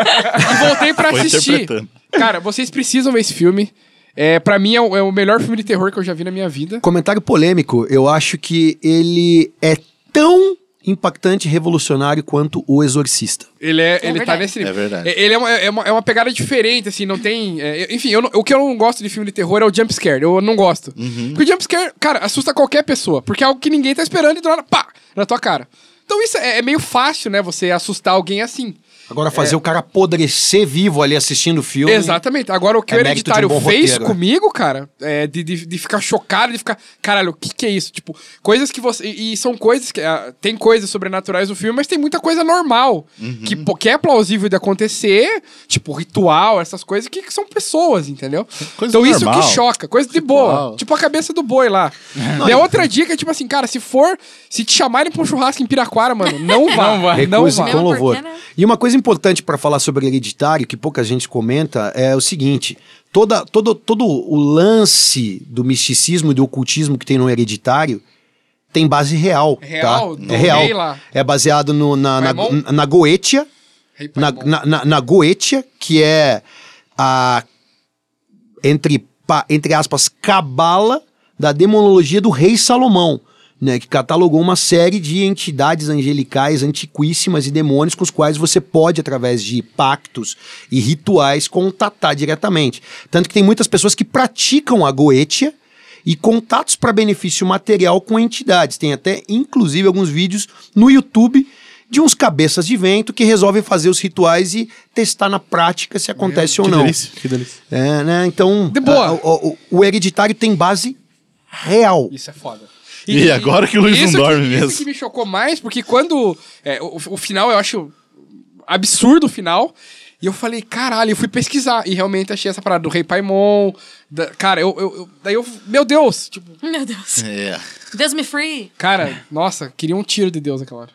E voltei pra Foi assistir. interpretando. Cara, vocês precisam ver esse filme. Pra mim, é o melhor filme de terror que eu já vi na minha vida. Comentário polêmico, eu acho que ele é tão impactante e revolucionário quanto O Exorcista. Ele tá verdade. nesse nível. É verdade. Ele é uma pegada diferente, assim, não tem... enfim, o que eu não gosto de filme de terror é o jumpscare. Eu não gosto. Porque o jumpscare, cara, assusta qualquer pessoa. Porque é algo que ninguém tá esperando e do nada, pá, na tua cara. Então isso é meio fácil, né, você assustar alguém assim. Agora, fazer o cara apodrecer vivo ali assistindo o filme... Exatamente. Agora, o que o mérito de um Hereditário bom fez roteiro, comigo, cara, de ficar chocado, de ficar... Caralho, o que é isso? Tipo, coisas que você... E são coisas que... tem coisas sobrenaturais no filme, mas tem muita coisa normal. Que é plausível de acontecer. Tipo, ritual, essas coisas que são pessoas, entendeu? Coisa então isso normal. que choca. Coisa de boa. Tipo, a cabeça do boi lá. E a outra dica é, tipo assim, cara, se te chamarem pra um churrasco em Piraquara, mano, não vá. Recuse Não com vá. louvor. Porque, né? E uma coisa importante para falar sobre Hereditário, que pouca gente comenta, é o seguinte: todo o lance do misticismo e do ocultismo que tem no Hereditário tem base real, Real? tá? É real. Rei lá. É baseado na Paimon? Goetia, Rei Paimon. na Goetia, que é a, entre aspas, cabala da demonologia do rei Salomão, né, que catalogou uma série de entidades angelicais antiquíssimas e demônios com os quais você pode, através de pactos e rituais, contatar diretamente. Tanto que tem muitas pessoas que praticam a Goetia e contatos para benefício material com entidades. Tem até, inclusive, alguns vídeos no YouTube de uns cabeças de vento que resolvem fazer os rituais e testar na prática se acontece ou não. Que delícia. É, né? Então, De boa. o Hereditário tem base real. Isso é foda. E agora que o Luiz não dorme mesmo. Isso que me chocou mais, porque quando... o final, eu acho absurdo o final. E eu falei, caralho, eu fui pesquisar. E realmente achei essa parada do Rei Paimon. Cara, daí eu... Meu Deus! Tipo, Meu Deus. É. Deus me free. cara, nossa, queria um tiro de Deus naquela hora.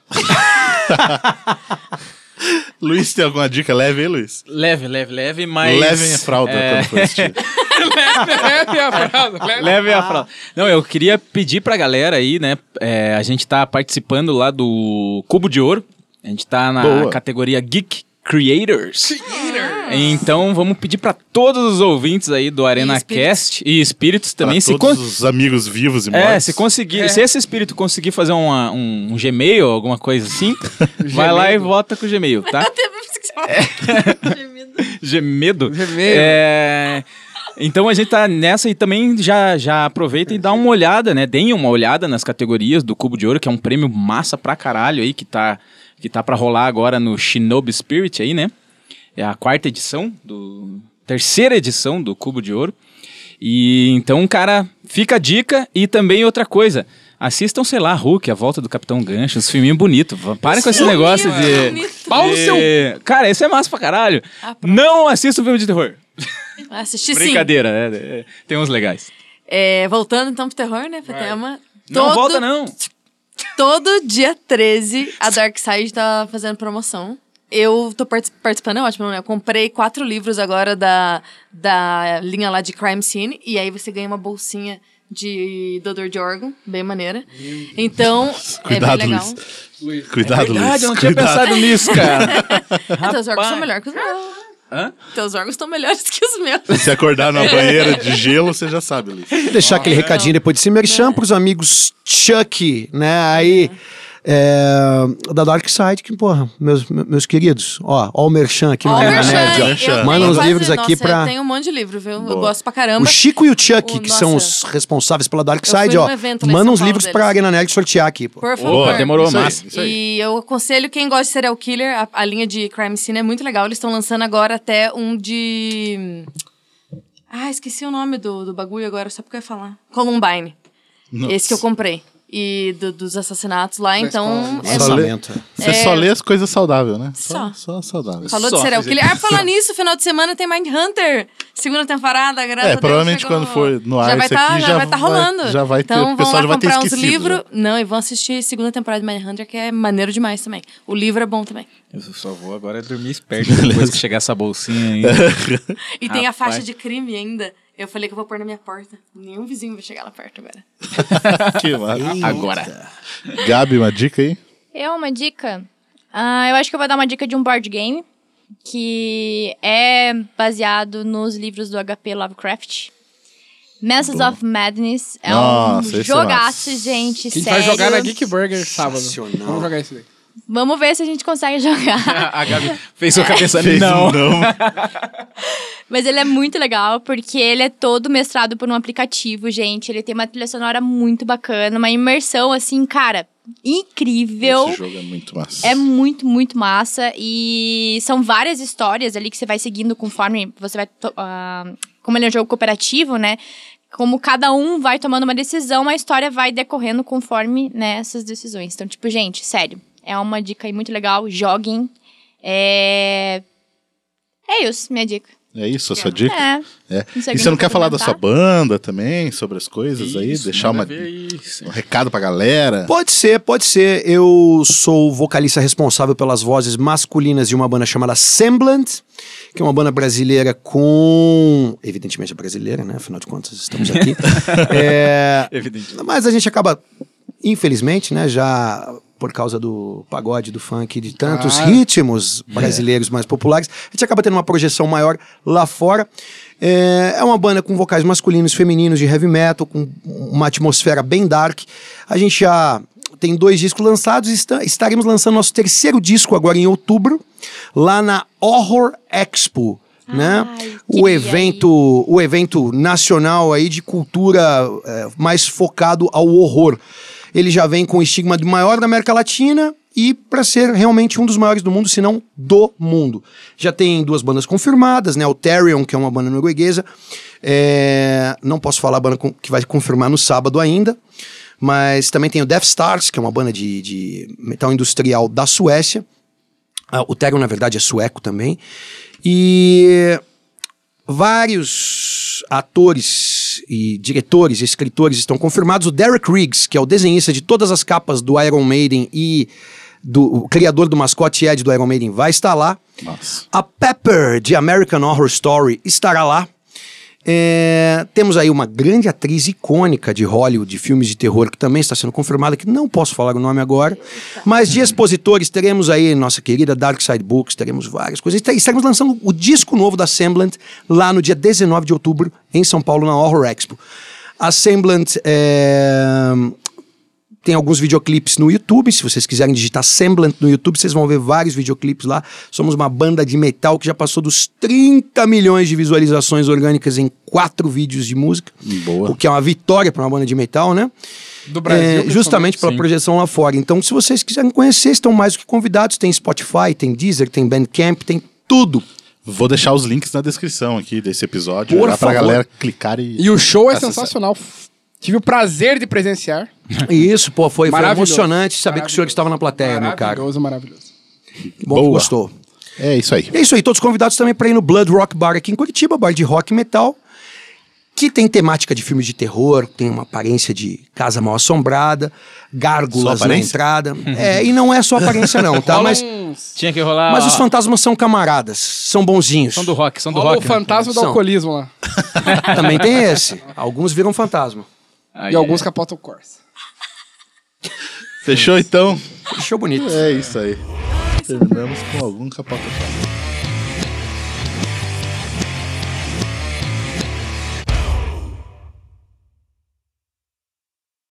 Luiz, tem alguma dica leve aí, Luiz? Leve, mas... Levem a fralda quando for assistir. Leve a fralda. Leve a fralda. Não, eu queria pedir pra galera aí, né? A gente tá participando lá do Cubo de Ouro. A gente tá na Boa. categoria Geek Creators. Então vamos pedir pra todos os ouvintes aí do Arena Cast e espíritos também. Pra todos os amigos vivos e mortos. Se conseguir, se esse espírito conseguir fazer um Gmail, alguma coisa assim, vai lá e vota com o Gmail, tá? Gemedo? Então a gente tá nessa e também já aproveita e dá uma olhada, né? Deem uma olhada nas categorias do Cubo de Ouro, que é um prêmio massa pra caralho aí, que tá pra rolar agora no Shinobi Spirit aí, né? É a terceira edição do Cubo de Ouro. E então, cara, fica a dica. E também outra coisa, assistam, sei lá, Hulk, A Volta do Capitão Gancho, uns filminhos bonitos. Parem com esse negócio de... Pau no seu... Cara, isso é massa pra caralho. Não assistam filme de terror. Assisti sim. Brincadeira, né? Tem uns legais. Voltando então pro terror, né? Pro tema. Não volta, não. Todo dia 13, a Darkside tá fazendo promoção. Eu tô participando, é ótimo, né? Eu comprei 4 livros agora da linha lá de Crime Scene. E aí você ganha uma bolsinha de doador de órgão, bem maneira. Então, Cuidado, é bem legal. Luiz. Cuidado, Luiz. Eu não tinha pensado nisso, cara. Teus órgãos são melhores que os meus. Hã? Teus órgãos estão melhores que os meus. Se acordar numa banheira de gelo, você já sabe, Luiz. Vou deixar aquele recadinho depois de se merchan pros amigos Chuck, né? Aí, da Dark Side, que, porra, meus queridos, ó o merchan aqui no Arena Nerd, ó. Manda uns livros aqui pra... Eu tenho um monte de livro, viu? Eu gosto pra caramba. O Chico e o Chuck, que são os responsáveis pela Dark Side, ó, manda uns livros pra Arena Nerd sortear aqui, pô. Por favor. Demorou, Isso aí, massa. isso aí. E eu aconselho quem gosta de serial killer, a linha de Crime Scene é muito legal. Eles estão lançando agora até um de... esqueci o nome do bagulho agora, só porque eu ia falar. Columbine. Nossa. Esse que eu comprei. E dos assassinatos lá, então... Você só lê as coisas saudáveis, né? Só. Só saudáveis. Falou de serial killer. Falar nisso, final de semana tem Mindhunter. Segunda temporada, graças a Deus. Provavelmente quando for no ar já esse vai aqui, já vai estar rolando. Já vai ter, então o pessoal já vai ter comprar uns esquecido. livros. Não, e vão assistir segunda temporada de Mindhunter, que é maneiro demais também. O livro é bom também. Eu só vou agora dormir esperto depois que chegar essa bolsinha aí. E tem a faixa de crime ainda. Eu falei que eu vou pôr na minha porta. Nenhum vizinho vai chegar lá perto agora. Que massa. Agora. Gabi, uma dica aí? Uma dica? Eu acho que eu vou dar uma dica de um board game que é baseado nos livros do HP Lovecraft. Masters of Madness é um jogaço, gente, Quem sério. vai jogar na Geek Burger sábado. Vamos jogar isso daí. Vamos ver se a gente consegue jogar. A Gabi fez sua cabeça não. Mas ele é muito legal, porque ele é todo mestrado por um aplicativo, gente. Ele tem uma trilha sonora muito bacana, uma imersão, assim, cara, incrível. Esse jogo é muito massa. É muito, muito massa. E são várias histórias ali que você vai seguindo conforme você vai... como ele é um jogo cooperativo, né? Como cada um vai tomando uma decisão, a história vai decorrendo conforme, né, essas decisões. Então, tipo, gente, sério. É uma dica aí muito legal. Joguem. É isso, minha dica. É isso a sua dica? Não sei E você não quer falar da sua banda também, sobre as coisas aí? Deixar um recado pra galera? Pode ser. Eu sou o vocalista responsável pelas vozes masculinas de uma banda chamada Semblant, que é uma banda brasileira com... Evidentemente é brasileira, né? Afinal de contas, estamos aqui. Evidentemente. Mas a gente acaba infelizmente, né, já por causa do pagode, do funk, de tantos ritmos brasileiros mais populares, a gente acaba tendo uma projeção maior lá fora. É uma banda com vocais masculinos e femininos de heavy metal, com uma atmosfera bem dark. A gente já tem 2 discos lançados e estaremos lançando nosso 3º disco agora em outubro, lá na Horror Expo, né? O evento nacional aí de cultura mais focado ao horror. Ele já vem com o estigma de maior da América Latina e para ser realmente um dos maiores do mundo, se não do mundo. Já tem 2 bandas confirmadas, né? O Therion, que é uma banda norueguesa. Não posso falar a banda que vai confirmar no sábado ainda. Mas também tem o Death Stars, que é uma banda de metal industrial da Suécia. O Therion, na verdade, é sueco também. E vários atores e diretores e escritores estão confirmados. O Derek Riggs, que é o desenhista de todas as capas do Iron Maiden e o criador do mascote Ed do Iron Maiden, vai estar lá. Nossa. A Pepper, de American Horror Story, estará lá. Temos aí uma grande atriz icônica de Hollywood, de filmes de terror, que também está sendo confirmada, que não posso falar o nome agora. Mas de expositores, teremos aí nossa querida Dark Side Books, teremos várias coisas. Estaremos lançando o disco novo da Semblant lá no dia 19 de outubro, em São Paulo, na Horror Expo. A Semblant tem alguns videoclipes no YouTube. Se vocês quiserem digitar Semblant no YouTube, vocês vão ver vários videoclipes lá. Somos uma banda de metal que já passou dos 30 milhões de visualizações orgânicas em 4 vídeos de música. Boa. O que é uma vitória para uma banda de metal, né? Do Brasil, justamente pela projeção lá fora. Então, se vocês quiserem conhecer, estão mais do que convidados. Tem Spotify, tem Deezer, tem Bandcamp, tem tudo. Vou deixar os links na descrição aqui desse episódio. Por pra favor. galera clicar E o show é acessar. sensacional. Tive o prazer de presenciar. Isso, pô, foi Maravilhoso. emocionante saber que o senhor estava na plateia, meu cara. Maravilhoso, maravilhoso. Que bom que Boa. gostou. É isso aí. É isso aí, todos convidados também para ir no Blood Rock Bar aqui em Curitiba, bar de rock e metal, que tem temática de filmes de terror, tem uma aparência de casa mal assombrada, gárgulas na entrada. E não é só aparência não, tá? Mas Tinha que rolar. Mas os fantasmas são camaradas, são bonzinhos. São do rock, são do Rola rock. o fantasma do São. alcoolismo lá. Também tem esse. Alguns viram fantasma. E alguns capotam o Corsa. Fechou então? Show bonito. É isso aí. Terminamos com algum capacete.